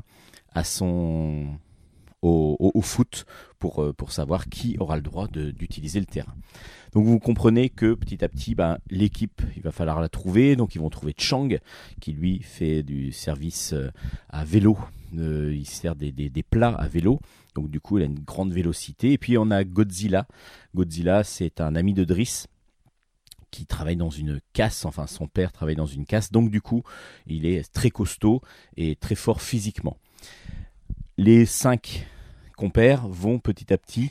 au foot pour savoir qui aura le droit d'utiliser le terrain. Donc vous comprenez que petit à petit, l'équipe, il va falloir la trouver. Donc ils vont trouver Chang qui lui fait du service à vélo. Il sert des plats à vélo. Donc du coup, il a une grande vélocité. Et puis on a Godzilla. Godzilla, c'est un ami de Driss qui travaille dans une casse. Enfin, son père travaille dans une casse. Donc du coup, il est très costaud et très fort physiquement. Les 5 compères vont petit à petit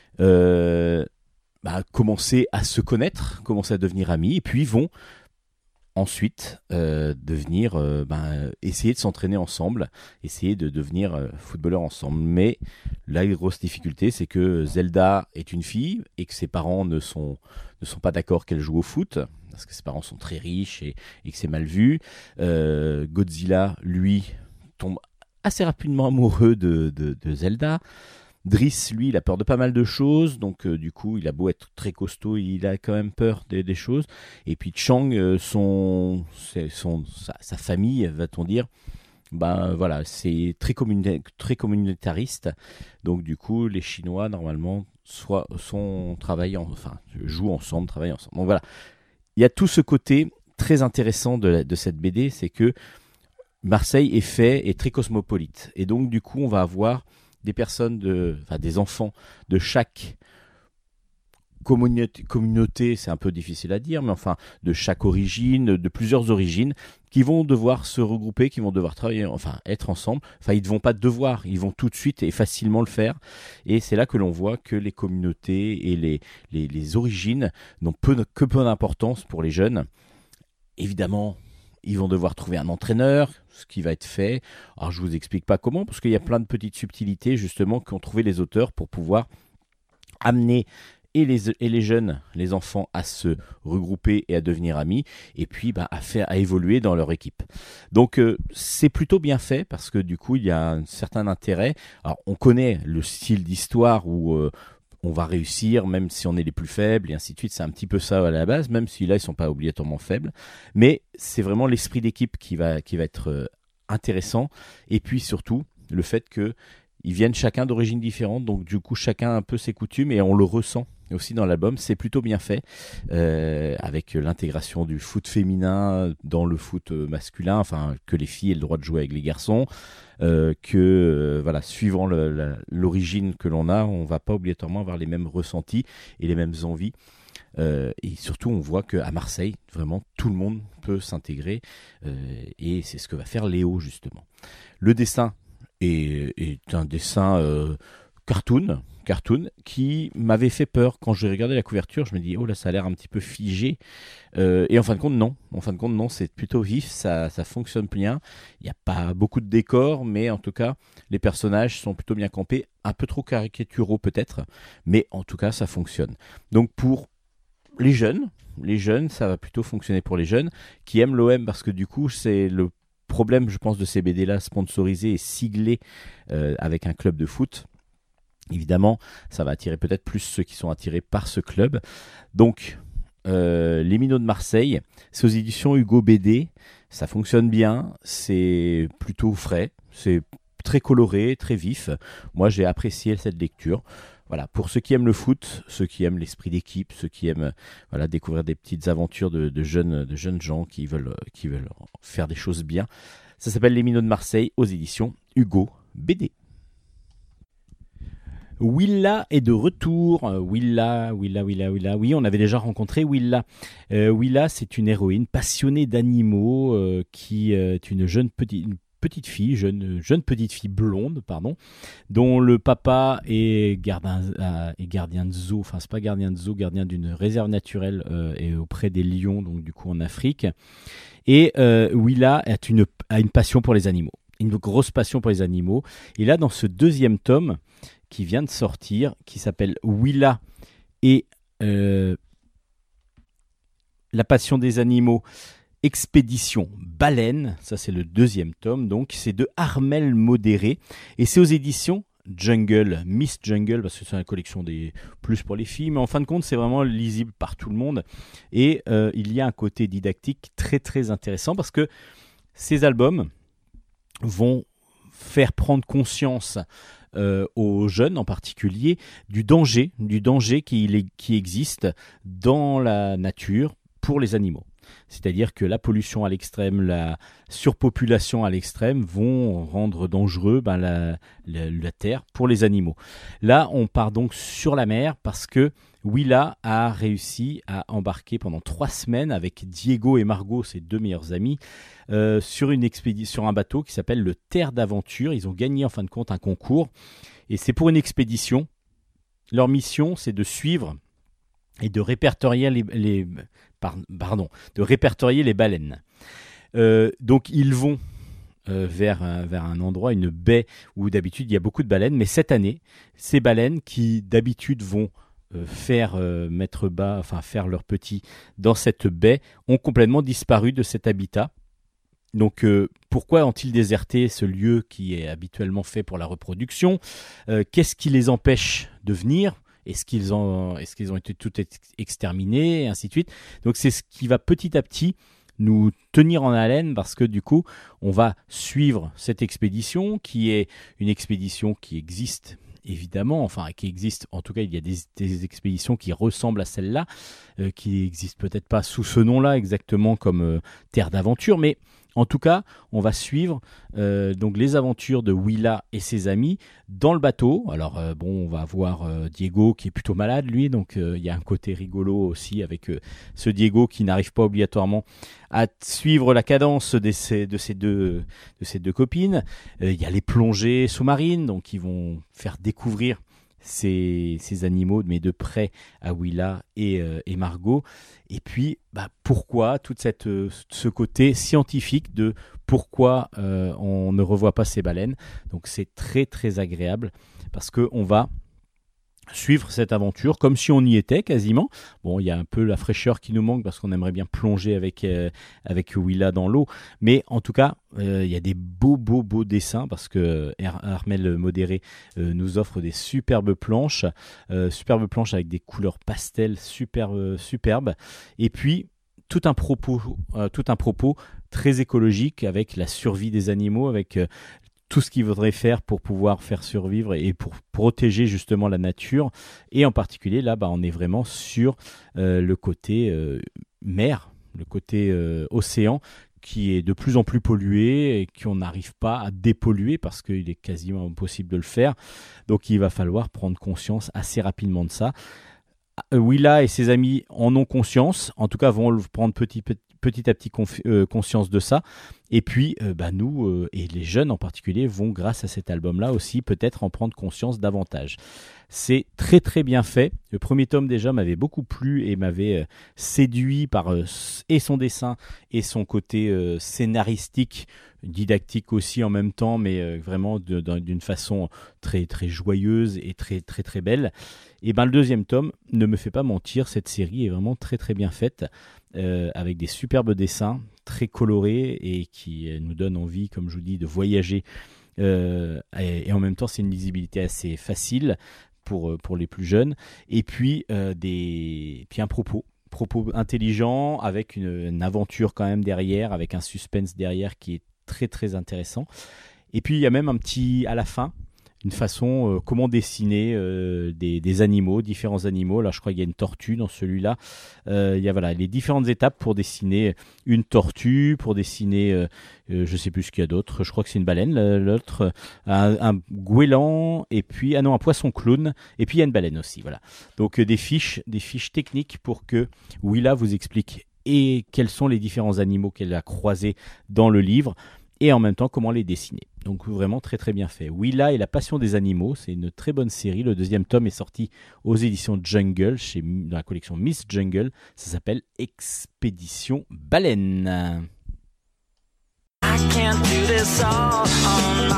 commencer à se connaître, commencer à devenir amis. Et puis vont ensuite essayer de s'entraîner ensemble, essayer de devenir footballeurs ensemble. Mais la grosse difficulté, c'est que Zelda est une fille et que ses parents ne sont pas d'accord qu'elle joue au foot, parce que ses parents sont très riches et que c'est mal vu. Godzilla, lui, tombe assez rapidement amoureux de Zelda. Driss, lui, il a peur de pas mal de choses, donc du coup, il a beau être très costaud, il a quand même peur des choses. Et puis Chang, sa famille, va-t-on dire, c'est très communautariste. Donc du coup, les Chinois, normalement, jouent ensemble, travaillent ensemble. Donc voilà, il y a tout ce côté très intéressant de cette BD, c'est que Marseille est très cosmopolite. Et donc du coup, on va avoir des personnes, des enfants de chaque communauté, c'est un peu difficile à dire, mais de chaque origine, de plusieurs origines, qui vont devoir se regrouper, qui vont devoir travailler, être ensemble. Ils ne vont pas devoir, ils vont tout de suite et facilement le faire. Et c'est là que l'on voit que les communautés et les origines n'ont que peu d'importance pour les jeunes. Évidemment, ils vont devoir trouver un entraîneur, ce qui va être fait. Alors, je ne vous explique pas comment, parce qu'il y a plein de petites subtilités, justement, qu'ont trouvé les auteurs pour pouvoir amener et les jeunes, les enfants, à se regrouper et à devenir amis, et puis à évoluer dans leur équipe. Donc c'est plutôt bien fait, parce que du coup il y a un certain intérêt. Alors on connaît le style d'histoire où on va réussir même si on est les plus faibles et ainsi de suite, c'est un petit peu ça à la base, même si là ils sont pas obligatoirement faibles, mais c'est vraiment l'esprit d'équipe qui va être intéressant, et puis surtout le fait que ils viennent chacun d'origines différentes, donc du coup chacun a un peu ses coutumes, et on le ressent aussi dans l'album. C'est plutôt bien fait, avec l'intégration du foot féminin dans le foot masculin, enfin que les filles aient le droit de jouer avec les garçons, voilà, suivant l'origine que l'on a, on va pas obligatoirement avoir les mêmes ressentis et les mêmes envies. Et surtout on voit qu'à Marseille vraiment tout le monde peut s'intégrer, et c'est ce que va faire Léo justement. Le dessin est un dessin cartoon qui m'avait fait peur quand j'ai regardé la couverture. Je me dis oh là, ça a l'air un petit peu figé, et en fin de compte non, c'est plutôt vif, ça fonctionne bien. Il n'y a pas beaucoup de décors, mais en tout cas les personnages sont plutôt bien campés, un peu trop caricaturaux peut-être, mais en tout cas ça fonctionne. Donc pour les jeunes, ça va plutôt fonctionner pour les jeunes qui aiment l'OM, parce que du coup c'est le problème, je pense, de ces BD là sponsorisés et siglés avec un club de foot. Évidemment, ça va attirer peut-être plus ceux qui sont attirés par ce club. Donc, Les Minots de Marseille, c'est aux éditions Hugo BD. Ça fonctionne bien, c'est plutôt frais, c'est très coloré, très vif. Moi, j'ai apprécié cette lecture. Voilà, pour ceux qui aiment le foot, ceux qui aiment l'esprit d'équipe, ceux qui aiment découvrir des petites aventures de jeunes gens qui veulent faire des choses bien. Ça s'appelle Les Minots de Marseille aux éditions Hugo BD. Willa est de retour. Willa. Oui, on avait déjà rencontré Willa. Willa, c'est une héroïne passionnée d'animaux qui est une jeune petite fille blonde, dont le papa est gardien de zoo, enfin c'est pas gardien de zoo, gardien d'une réserve naturelle et auprès des lions, donc du coup en Afrique. Et Willa a une passion pour les animaux, une grosse passion pour les animaux. Et là, dans ce deuxième tome qui vient de sortir, qui s'appelle Willa et la passion des animaux, Expédition Baleine, ça c'est le deuxième tome, donc c'est de Armel Modéré, et c'est aux éditions Jungle, Miss Jungle, parce que c'est une collection des plus pour les filles, mais en fin de compte c'est vraiment lisible par tout le monde, et il y a un côté didactique très très intéressant, parce que ces albums vont faire prendre conscience aux jeunes en particulier du danger qui existe dans la nature pour les animaux. C'est-à-dire que la pollution à l'extrême, la surpopulation à l'extrême vont rendre dangereux la terre pour les animaux. Là, on part donc sur la mer parce que Willa a réussi à embarquer pendant 3 semaines avec Diego et Margot, ses 2 meilleurs amis, sur une expédition, sur un bateau qui s'appelle le Terre d'Aventure. Ils ont gagné en fin de compte un concours et c'est pour une expédition. Leur mission, c'est de suivre et de répertorier les baleines. Donc ils vont vers un endroit, une baie où d'habitude il y a beaucoup de baleines, mais cette année, ces baleines qui d'habitude vont faire leur petit dans cette baie ont complètement disparu de cet habitat. Donc pourquoi ont-ils déserté ce lieu qui est habituellement fait pour la reproduction ? Qu'est-ce qui les empêche de venir ? Est-ce qu'ils ont été tout exterminés, et ainsi de suite. Donc c'est ce qui va petit à petit nous tenir en haleine, parce que du coup, on va suivre cette expédition, qui est une expédition qui existe évidemment, enfin qui existe, en tout cas il y a des expéditions qui ressemblent à celle-là, qui n'existent peut-être pas sous ce nom-là exactement comme Terre d'Aventure, mais en tout cas, on va suivre donc les aventures de Willa et ses amis dans le bateau. Alors on va voir Diego qui est plutôt malade lui, donc il y a un côté rigolo aussi avec ce Diego qui n'arrive pas obligatoirement à suivre la cadence de ces deux copines. Il y a les plongées sous-marines, donc qui vont faire découvrir ces animaux, mais de près à Willa et Margot. Et puis pourquoi tout ce côté scientifique de pourquoi on ne revoit pas ces baleines. Donc c'est très très agréable parce qu'on va suivre cette aventure comme si on y était quasiment. Bon, il y a un peu la fraîcheur qui nous manque parce qu'on aimerait bien plonger avec Willa dans l'eau, mais en tout cas il y a des beaux dessins parce que Armel Modéré nous offre des superbes planches avec des couleurs pastel superbes, et puis tout un propos très écologique avec la survie des animaux, avec tout ce qu'il faudrait faire pour pouvoir faire survivre et pour protéger justement la nature. Et en particulier, là, on est vraiment sur le côté mer, le côté océan, qui est de plus en plus pollué et qu'on n'arrive pas à dépolluer parce qu'il est quasiment impossible de le faire. Donc il va falloir prendre conscience assez rapidement de ça. Willa et ses amis en ont conscience, en tout cas vont prendre petit à petit conscience de ça, et puis nous et les jeunes en particulier vont, grâce à cet album-là aussi, peut-être en prendre conscience davantage. C'est très très bien fait. Le premier tome déjà m'avait beaucoup plu et m'avait séduit par et son dessin et son côté scénaristique, didactique aussi en même temps, mais vraiment d'une façon très très joyeuse et très très très belle. Et le deuxième tome ne me fait pas mentir, cette série est vraiment très très bien faite, avec des superbes dessins très colorés et qui nous donnent envie, comme je vous dis, de voyager, et en même temps c'est une lisibilité assez facile pour les plus jeunes, et puis un propos intelligent avec une aventure quand même derrière, avec un suspense derrière qui est très très intéressant. Et puis il y a même à la fin, une façon comment dessiner des animaux, différents animaux. Là, je crois qu'il y a une tortue dans celui-là. Il y a les différentes étapes pour dessiner une tortue, pour dessiner, je ne sais plus ce qu'il y a d'autre. Je crois que c'est une baleine, l'autre, un goéland, et puis un poisson clown, et puis il y a une baleine aussi. Voilà. Donc des fiches techniques pour que Willa vous explique et quels sont les différents animaux qu'elle a croisés dans le livre, et en même temps comment les dessiner. Donc vraiment très très bien fait. Willa et la passion des animaux, c'est une très bonne série. Le deuxième tome est sorti aux éditions Jungle, dans la collection Miss Jungle. Ça s'appelle Expédition Baleine. I can't do this all on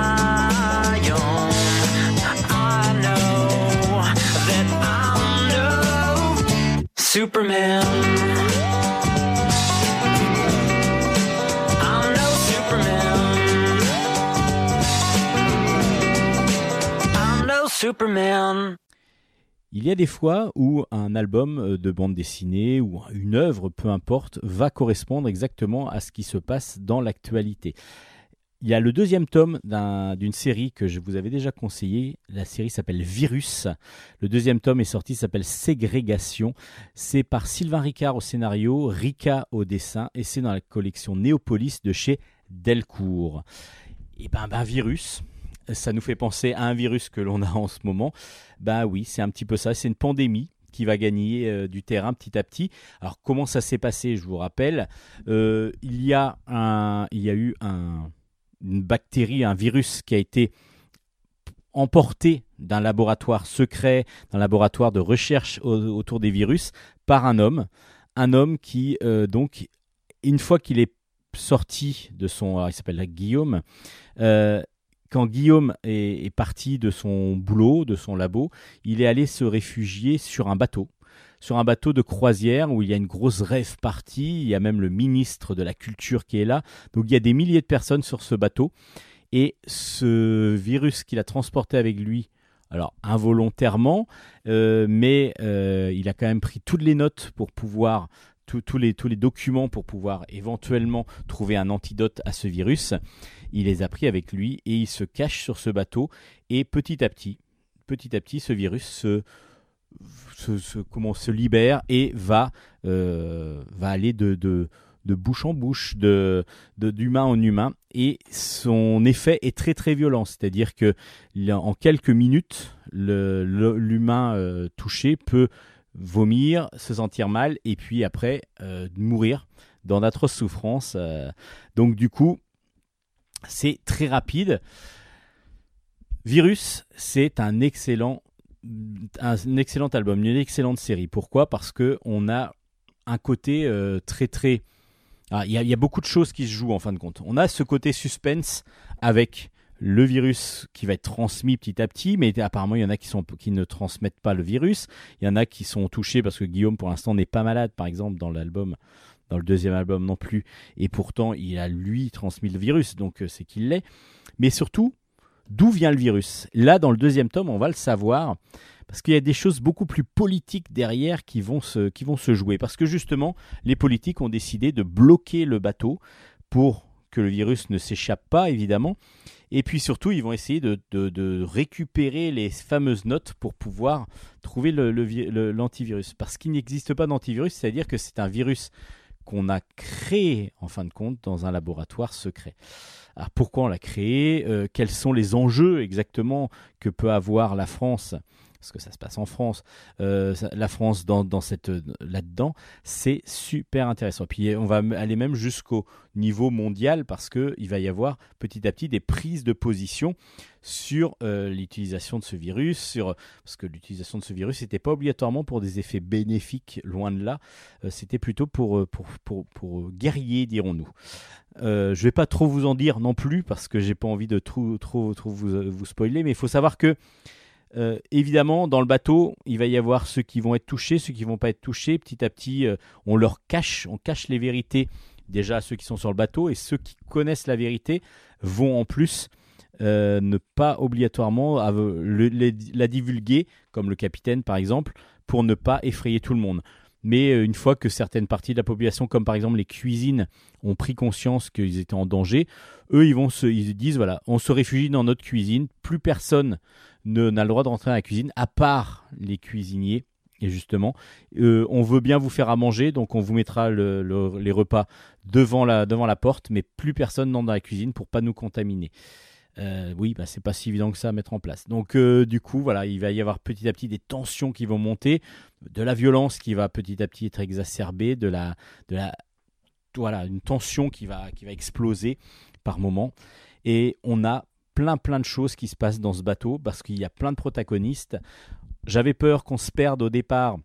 my own. I know that I'm no Superman. I'm no Superman. I'm no Superman. Il y a des fois où un album de bande dessinée ou une œuvre, peu importe, va correspondre exactement à ce qui se passe dans l'actualité. Il y a le deuxième tome d'une série que je vous avais déjà conseillé. La série s'appelle Virus. Le deuxième tome est sorti, s'appelle Ségrégation. C'est par Sylvain Ricard au scénario, Rika au dessin, et c'est dans la collection Néopolis de chez Delcourt. Et Virus, ça nous fait penser à un virus que l'on a en ce moment. Oui, c'est un petit peu ça. C'est une pandémie qui va gagner du terrain petit à petit. Alors, comment ça s'est passé ? Je vous rappelle, il y a eu une bactérie, un virus qui a été emporté d'un laboratoire secret, d'un laboratoire de recherche autour des virus, par un homme qui, donc, une fois qu'il est sorti de son... Alors, il s'appelle Guillaume. Quand Guillaume est parti de son boulot, de son labo, il est allé se réfugier sur un bateau de croisière où il y a une grosse rave party. Il y a même le ministre de la Culture qui est là. Donc il y a des milliers de personnes sur ce bateau. Et ce virus qu'il a transporté avec lui, alors involontairement, mais il a quand même pris toutes les notes pour pouvoir... Tous les documents pour pouvoir éventuellement trouver un antidote à ce virus. Il les a pris avec lui et il se cache sur ce bateau. Et petit à petit, ce virus se libère et va aller de bouche en bouche, d'humain en humain. Et son effet est très très violent. C'est-à-dire que en quelques minutes, l'humain touché peut vomir, se sentir mal et puis après mourir dans d'atroces souffrances. Donc du coup, c'est très rapide. Virus, c'est un excellent album, une excellente série. Pourquoi ? Parce qu'on a un côté très très... Il y a beaucoup de choses qui se jouent en fin de compte. On a ce côté suspense avec le virus qui va être transmis petit à petit, mais apparemment il y en a qui ne transmettent pas le virus, il y en a qui sont touchés parce que Guillaume pour l'instant n'est pas malade par exemple dans le deuxième album non plus, et pourtant il a lui transmis le virus, donc c'est qu'il l'est. Mais surtout, d'où vient le virus ? Là dans le deuxième tome on va le savoir, parce qu'il y a des choses beaucoup plus politiques derrière qui vont se jouer, parce que justement les politiques ont décidé de bloquer le bateau pour que le virus ne s'échappe pas évidemment, et puis surtout ils vont essayer de récupérer les fameuses notes pour pouvoir trouver l'antivirus, parce qu'il n'existe pas d'antivirus, c'est-à-dire que c'est un virus qu'on a créé en fin de compte dans un laboratoire secret. Alors pourquoi on l'a créé ? Quels sont les enjeux exactement que peut avoir la France ? Parce que ça se passe en France, la France là-dedans, c'est super intéressant. Puis on va aller même jusqu'au niveau mondial, parce qu'il va y avoir petit à petit des prises de position sur l'utilisation de ce virus, parce que l'utilisation de ce virus n'était pas obligatoirement pour des effets bénéfiques, loin de là, c'était plutôt pour guerrier, dirons-nous. Je ne vais pas trop vous en dire non plus, parce que je n'ai pas envie de trop vous spoiler, mais il faut savoir que évidemment, dans le bateau, il va y avoir ceux qui vont être touchés, ceux qui ne vont pas être touchés. Petit à petit, on cache les vérités déjà à ceux qui sont sur le bateau, et ceux qui connaissent la vérité vont en plus ne pas obligatoirement la divulguer, comme le capitaine par exemple, pour ne pas effrayer tout le monde. Mais une fois que certaines parties de la population, comme par exemple les cuisines, ont pris conscience qu'ils étaient en danger, eux ils disent voilà, on se réfugie dans notre cuisine, plus personne n'a le droit de rentrer dans la cuisine, à part les cuisiniers. Et justement, on veut bien vous faire à manger, donc on vous mettra les repas devant la porte, mais plus personne n'entre dans la cuisine pour pas nous contaminer. Oui, c'est pas si évident que ça à mettre en place. Donc du coup, voilà, il va y avoir petit à petit des tensions qui vont monter, de la violence qui va petit à petit être exacerbée, une tension qui va exploser par moment. Et on a plein de choses qui se passent dans ce bateau, parce qu'il y a plein de protagonistes. J'avais peur qu'on se perde au départ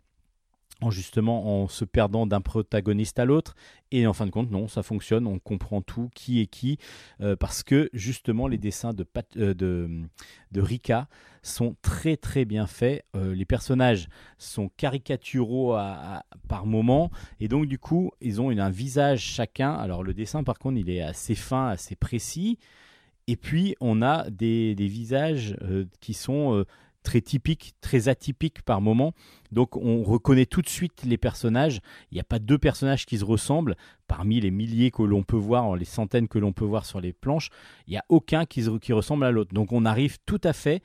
en se perdant d'un protagoniste à l'autre, et en fin de compte non, ça fonctionne, on comprend tout, qui est qui, parce que justement les dessins de Rika sont très très bien faits, les personnages sont caricaturaux par moment, et donc du coup ils ont un visage chacun. Alors le dessin par contre il est assez fin, assez précis, et puis on a des visages qui sont très typiques, très atypiques par moment. Donc on reconnaît tout de suite les personnages. Il n'y a pas deux personnages qui se ressemblent. Parmi les milliers que l'on peut voir, les centaines que l'on peut voir sur les planches, il n'y a aucun qui ressemble à l'autre. Donc on arrive tout à fait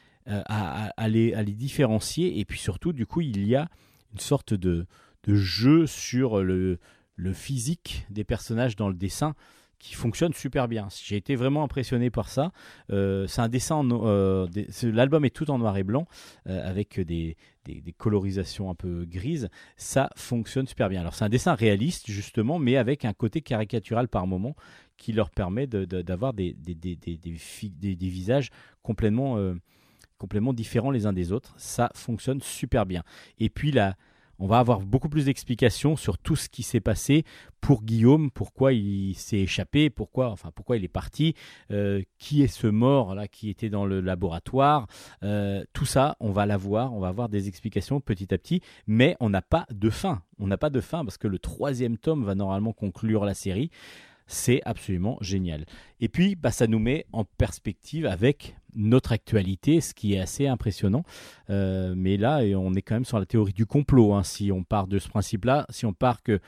à les différencier. Et puis surtout, du coup, il y a une sorte de jeu sur le physique des personnages dans le dessin, qui fonctionne super bien. J'ai été vraiment impressionné par ça. C'est un dessin, l'album est tout en noir et blanc, avec des colorisations un peu grises. Ça fonctionne super bien. Alors c'est un dessin réaliste justement, mais avec un côté caricatural par moment, qui leur permet d'avoir des visages complètement différents les uns des autres. Ça fonctionne super bien. Et puis là, on va avoir beaucoup plus d'explications sur tout ce qui s'est passé pour Guillaume, pourquoi il s'est échappé, pourquoi il est parti, qui est ce mort là qui était dans le laboratoire, tout ça on va l'avoir, on va avoir des explications petit à petit, mais on n'a pas de fin. On n'a pas de fin parce que le 3e tome va normalement conclure la série. C'est absolument génial. Et puis, ça nous met en perspective avec notre actualité, ce qui est assez impressionnant. Mais là, on est quand même sur la théorie du complot, hein, si on part de ce principe-là. Si on part que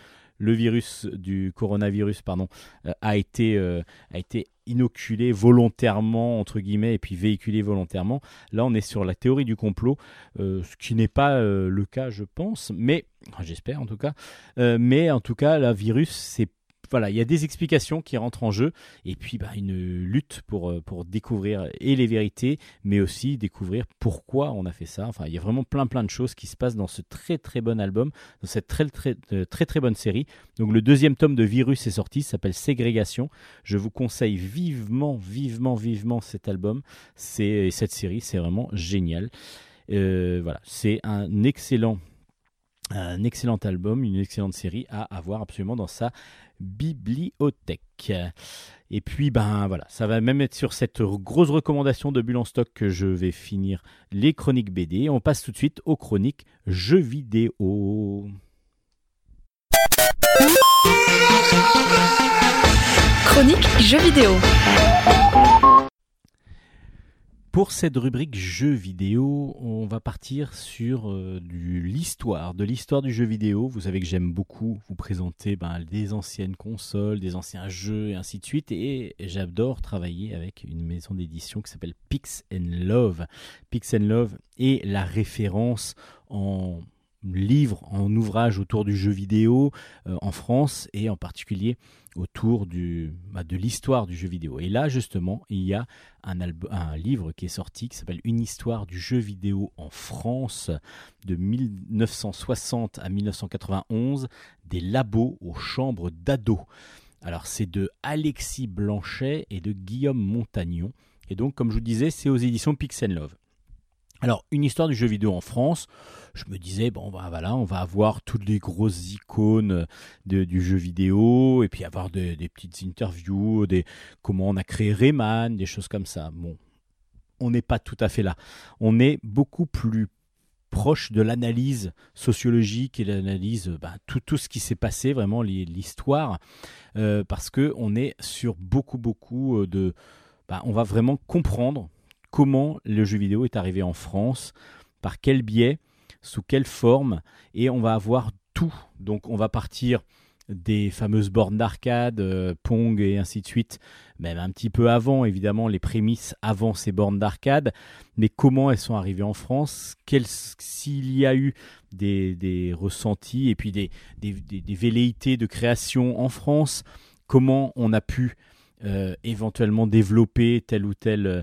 le coronavirus, a été inoculé volontairement, entre guillemets, et puis véhiculé volontairement. Là, on est sur la théorie du complot, ce qui n'est pas le cas, je pense, mais j'espère en tout cas. Mais en tout cas, le virus, il y a des explications qui rentrent en jeu, et puis une lutte pour découvrir les vérités, mais aussi découvrir pourquoi on a fait ça. Enfin, il y a vraiment plein de choses qui se passent dans ce très très bon album, dans cette très bonne série. Donc le 2e tome de Virus est sorti, ça s'appelle Ségrégation. Je vous conseille vivement cet album, cette série, c'est vraiment génial. C'est un excellent Un excellent album, une excellente série à avoir absolument dans sa bibliothèque. Et puis, voilà, ça va même être sur cette grosse recommandation de Bulle en stock que je vais finir les chroniques BD. On passe tout de suite aux chroniques jeux vidéo. Chronique jeux vidéo. Pour cette rubrique jeux vidéo, on va partir sur de l'histoire du jeu vidéo. Vous savez que j'aime beaucoup vous présenter des anciennes consoles, des anciens jeux et ainsi de suite. Et j'adore travailler avec une maison d'édition qui s'appelle Pix & Love. Pix & Love est la référence en livres, en ouvrages autour du jeu vidéo en France et en particulier autour de l'histoire du jeu vidéo. Et là, justement, il y a un livre qui est sorti qui s'appelle Une histoire du jeu vidéo en France de 1960 à 1991, des labos aux chambres d'ados. Alors, c'est de Alexis Blanchet et de Guillaume Montagnon. Et donc, comme je vous disais, c'est aux éditions Pix & Love. Alors, une histoire du jeu vidéo en France, je me disais, on va avoir toutes les grosses icônes du jeu vidéo, et puis avoir des petites interviews, comment on a créé Rayman, des choses comme ça. Bon, on n'est pas tout à fait là. On est beaucoup plus proche de l'analyse sociologique et l'analyse, tout ce qui s'est passé, vraiment l'histoire, parce qu'on est sur beaucoup de... on va vraiment comprendre comment le jeu vidéo est arrivé en France, par quel biais, sous quelle forme, et on va avoir tout. Donc on va partir des fameuses bornes d'arcade, Pong et ainsi de suite, même un petit peu avant, évidemment, les prémices avant ces bornes d'arcade, mais comment elles sont arrivées en France, s'il y a eu des ressentis, et puis des velléités de création en France, comment on a pu éventuellement développer telle ou telle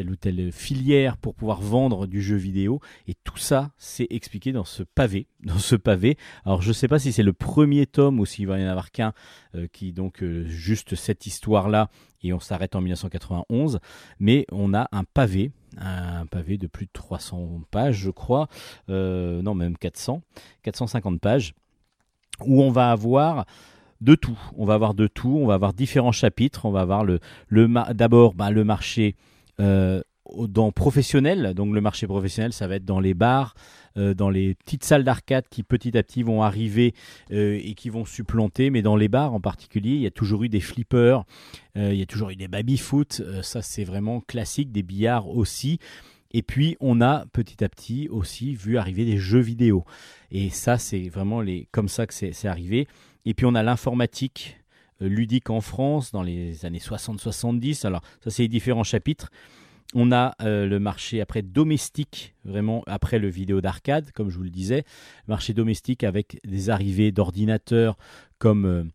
filière pour pouvoir vendre du jeu vidéo, et tout ça c'est expliqué dans ce pavé. Alors je ne sais pas si c'est le premier tome ou s'il va y en avoir qu'un qui donc juste cette histoire là, et on s'arrête en 1991, mais on a un pavé de plus de 300 pages je crois, non même 450 pages, où on va avoir de tout. On va avoir différents chapitres. On va avoir d'abord le marché dans professionnel. Donc le marché professionnel, ça va être dans les bars, dans les petites salles d'arcade qui petit à petit vont arriver et qui vont supplanter. Mais dans les bars en particulier, il y a toujours eu des flippers, il y a toujours eu des baby-foot. Ça, c'est vraiment classique, des billards aussi. Et puis, on a petit à petit aussi vu arriver des jeux vidéo. Et ça, c'est vraiment comme ça que c'est arrivé. Et puis, on a l'informatique ludique en France dans les années 60-70. Alors, ça, c'est les différents chapitres. On a le marché après domestique, vraiment après le vidéo d'arcade, comme je vous le disais. Le marché domestique avec des arrivées d'ordinateurs comme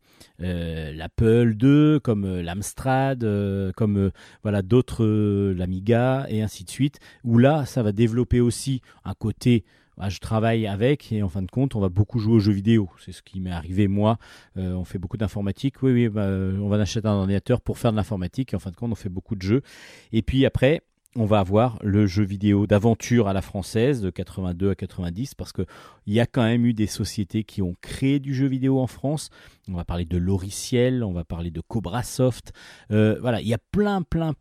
l'Apple II, comme l'Amstrad, comme d'autres, l'Amiga et ainsi de suite. Où là, ça va développer aussi un côté... je travaille avec et en fin de compte, on va beaucoup jouer aux jeux vidéo. C'est ce qui m'est arrivé moi. On fait beaucoup d'informatique. Oui, on va acheter un ordinateur pour faire de l'informatique et en fin de compte, on fait beaucoup de jeux. Et puis après, on va avoir le jeu vidéo d'aventure à la française de 82 à 90 parce qu'il y a quand même eu des sociétés qui ont créé du jeu vidéo en France. On va parler de Loriciel, on va parler de Cobrasoft. Il y a plein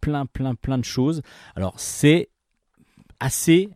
de choses. Alors, c'est assez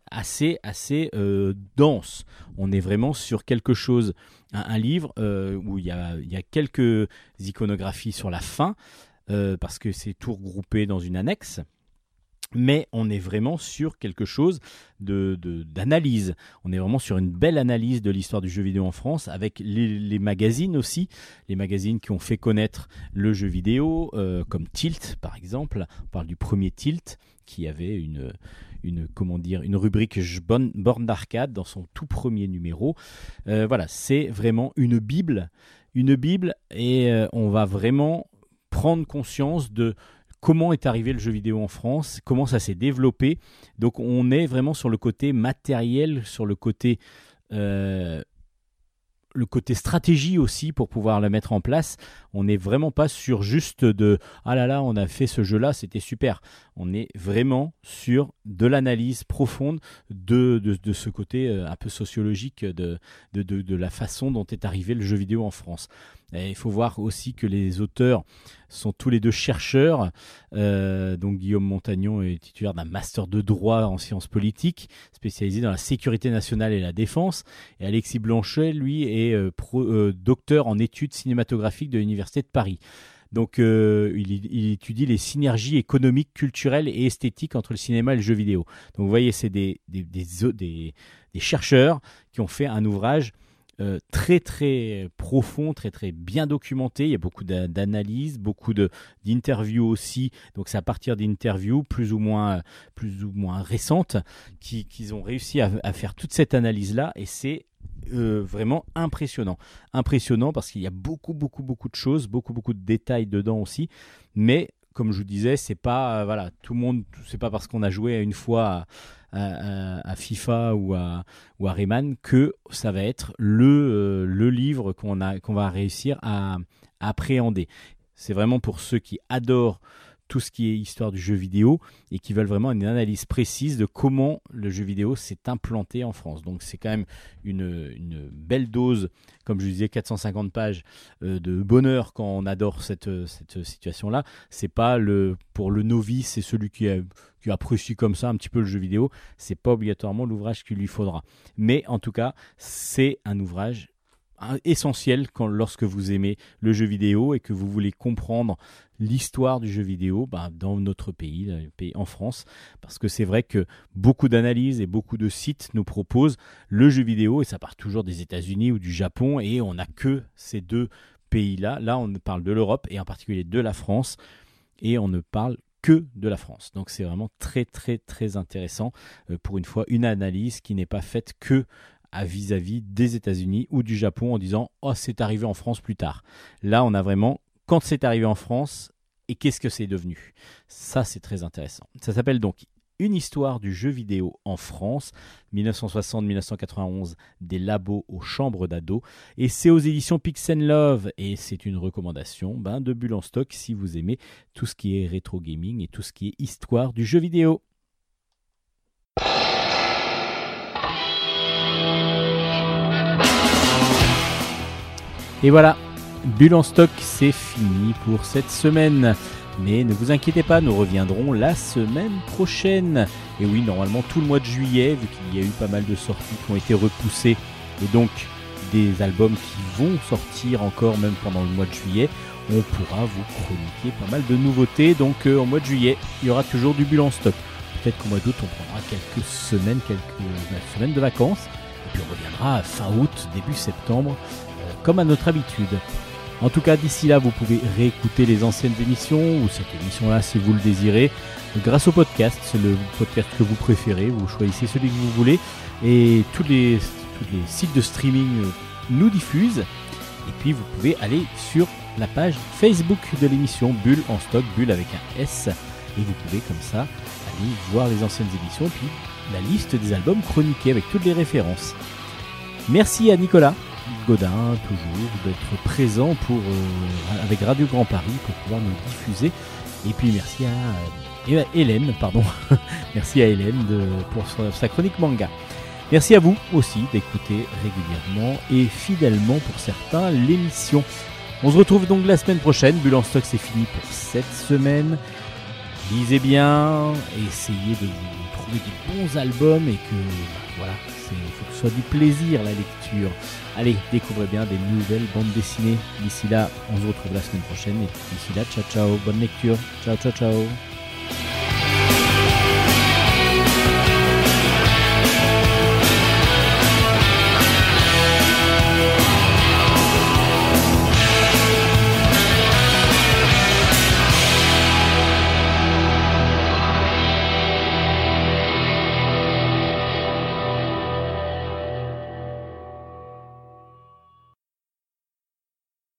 dense. On est vraiment sur quelque chose, un livre où il y a quelques iconographies sur la fin, parce que c'est tout regroupé dans une annexe. Mais on est vraiment sur quelque chose d'analyse. On est vraiment sur une belle analyse de l'histoire du jeu vidéo en France, avec les magazines aussi, les magazines qui ont fait connaître le jeu vidéo, comme Tilt par exemple. On parle du premier Tilt, qui avait une rubrique borne d'arcade dans son tout premier numéro. C'est vraiment une bible, et on va vraiment prendre conscience de comment est arrivé le jeu vidéo en France, comment ça s'est développé. Donc on est vraiment sur le côté matériel, sur le côté le côté stratégie aussi pour pouvoir le mettre en place. On n'est vraiment pas sur juste de « Ah là là, on a fait ce jeu-là, c'était super ». On est vraiment sur de l'analyse profonde de ce côté un peu sociologique de la façon dont est arrivé le jeu vidéo en France. Et il faut voir aussi que les auteurs sont tous les deux chercheurs. Donc Guillaume Montagnon est titulaire d'un master de droit en sciences politiques, spécialisé dans la sécurité nationale et la défense. Et Alexis Blanchet, lui, est docteur en études cinématographiques de l'Université de Paris. Donc il étudie les synergies économiques, culturelles et esthétiques entre le cinéma et le jeu vidéo. Donc vous voyez, c'est des chercheurs qui ont fait un ouvrage très très profond, très très bien documenté. Il y a beaucoup d'analyses, beaucoup d'interviews aussi. Donc c'est à partir d'interviews plus ou moins récentes qu'ils ont réussi à faire toute cette analyse-là, et c'est vraiment impressionnant parce qu'il y a beaucoup de choses, beaucoup de détails dedans aussi. Mais comme je vous disais, c'est pas tout le monde, c'est pas parce qu'on a joué une fois à FIFA ou à Rayman que ça va être le livre qu'on va réussir à appréhender. C'est vraiment pour ceux qui adorent tout ce qui est histoire du jeu vidéo et qui veulent vraiment une analyse précise de comment le jeu vidéo s'est implanté en France. Donc c'est quand même une belle dose, comme je vous disais, 450 pages de bonheur quand on adore cette situation-là. C'est pas pour le novice, c'est celui qui apprécie comme ça un petit peu le jeu vidéo. C'est pas obligatoirement l'ouvrage qu'il lui faudra. Mais en tout cas, c'est un ouvrage essentiel lorsque vous aimez le jeu vidéo et que vous voulez comprendre l'histoire du jeu vidéo dans notre pays, en France, parce que c'est vrai que beaucoup d'analyses et beaucoup de sites nous proposent le jeu vidéo, et ça part toujours des États-Unis ou du Japon, et on n'a que ces deux pays-là. Là, on parle de l'Europe et en particulier de la France, et on ne parle que de la France. Donc c'est vraiment très très très intéressant, pour une fois, une analyse qui n'est pas faite que vis-à-vis des États-Unis ou du Japon en disant « Oh, c'est arrivé en France plus tard ». Là, on a vraiment quand c'est arrivé en France et qu'est-ce que c'est devenu. Ça, c'est très intéressant. Ça s'appelle donc « Une histoire du jeu vidéo en France, 1960-1991, des labos aux chambres d'ados ». Et c'est aux éditions Pix & Love, et c'est une recommandation de Bulle en Stock si vous aimez tout ce qui est rétro gaming et tout ce qui est histoire du jeu vidéo. Et voilà, Bulle en Stock, c'est fini pour cette semaine. Mais ne vous inquiétez pas, nous reviendrons la semaine prochaine. Et oui, normalement tout le mois de juillet, vu qu'il y a eu pas mal de sorties qui ont été repoussées, et donc des albums qui vont sortir encore même pendant le mois de juillet, on pourra vous chroniquer pas mal de nouveautés. Donc au mois de juillet, il y aura toujours du Bulle en Stock. Peut-être qu'au mois d'août, on prendra quelques semaines de vacances. Et puis on reviendra fin août, début septembre, comme à notre habitude. En tout cas, d'ici là, vous pouvez réécouter les anciennes émissions ou cette émission-là si vous le désirez, grâce au podcast. C'est le podcast que vous préférez, vous choisissez celui que vous voulez, et tous les sites de streaming nous diffusent. Et puis vous pouvez aller sur la page Facebook de l'émission Bulle en Stock, Bulle avec un S, et vous pouvez comme ça aller voir les anciennes émissions et puis la liste des albums chroniqués avec toutes les références. Merci à Nicolas Godin, toujours, d'être présent avec Radio Grand Paris pour pouvoir nous diffuser. Et puis merci à Hélène, merci à Hélène pour sa chronique manga. Merci à vous aussi d'écouter régulièrement et fidèlement pour certains l'émission. On se retrouve donc la semaine prochaine. Bulle en Stock, c'est fini pour cette semaine. Lisez bien, essayez de vous trouver des bons albums et que voilà, il faut que ce soit du plaisir la lecture. Allez, découvrez bien des nouvelles bandes dessinées. D'ici là, on se retrouve la semaine prochaine et d'ici là, ciao ciao, bonne lecture. Ciao ciao ciao.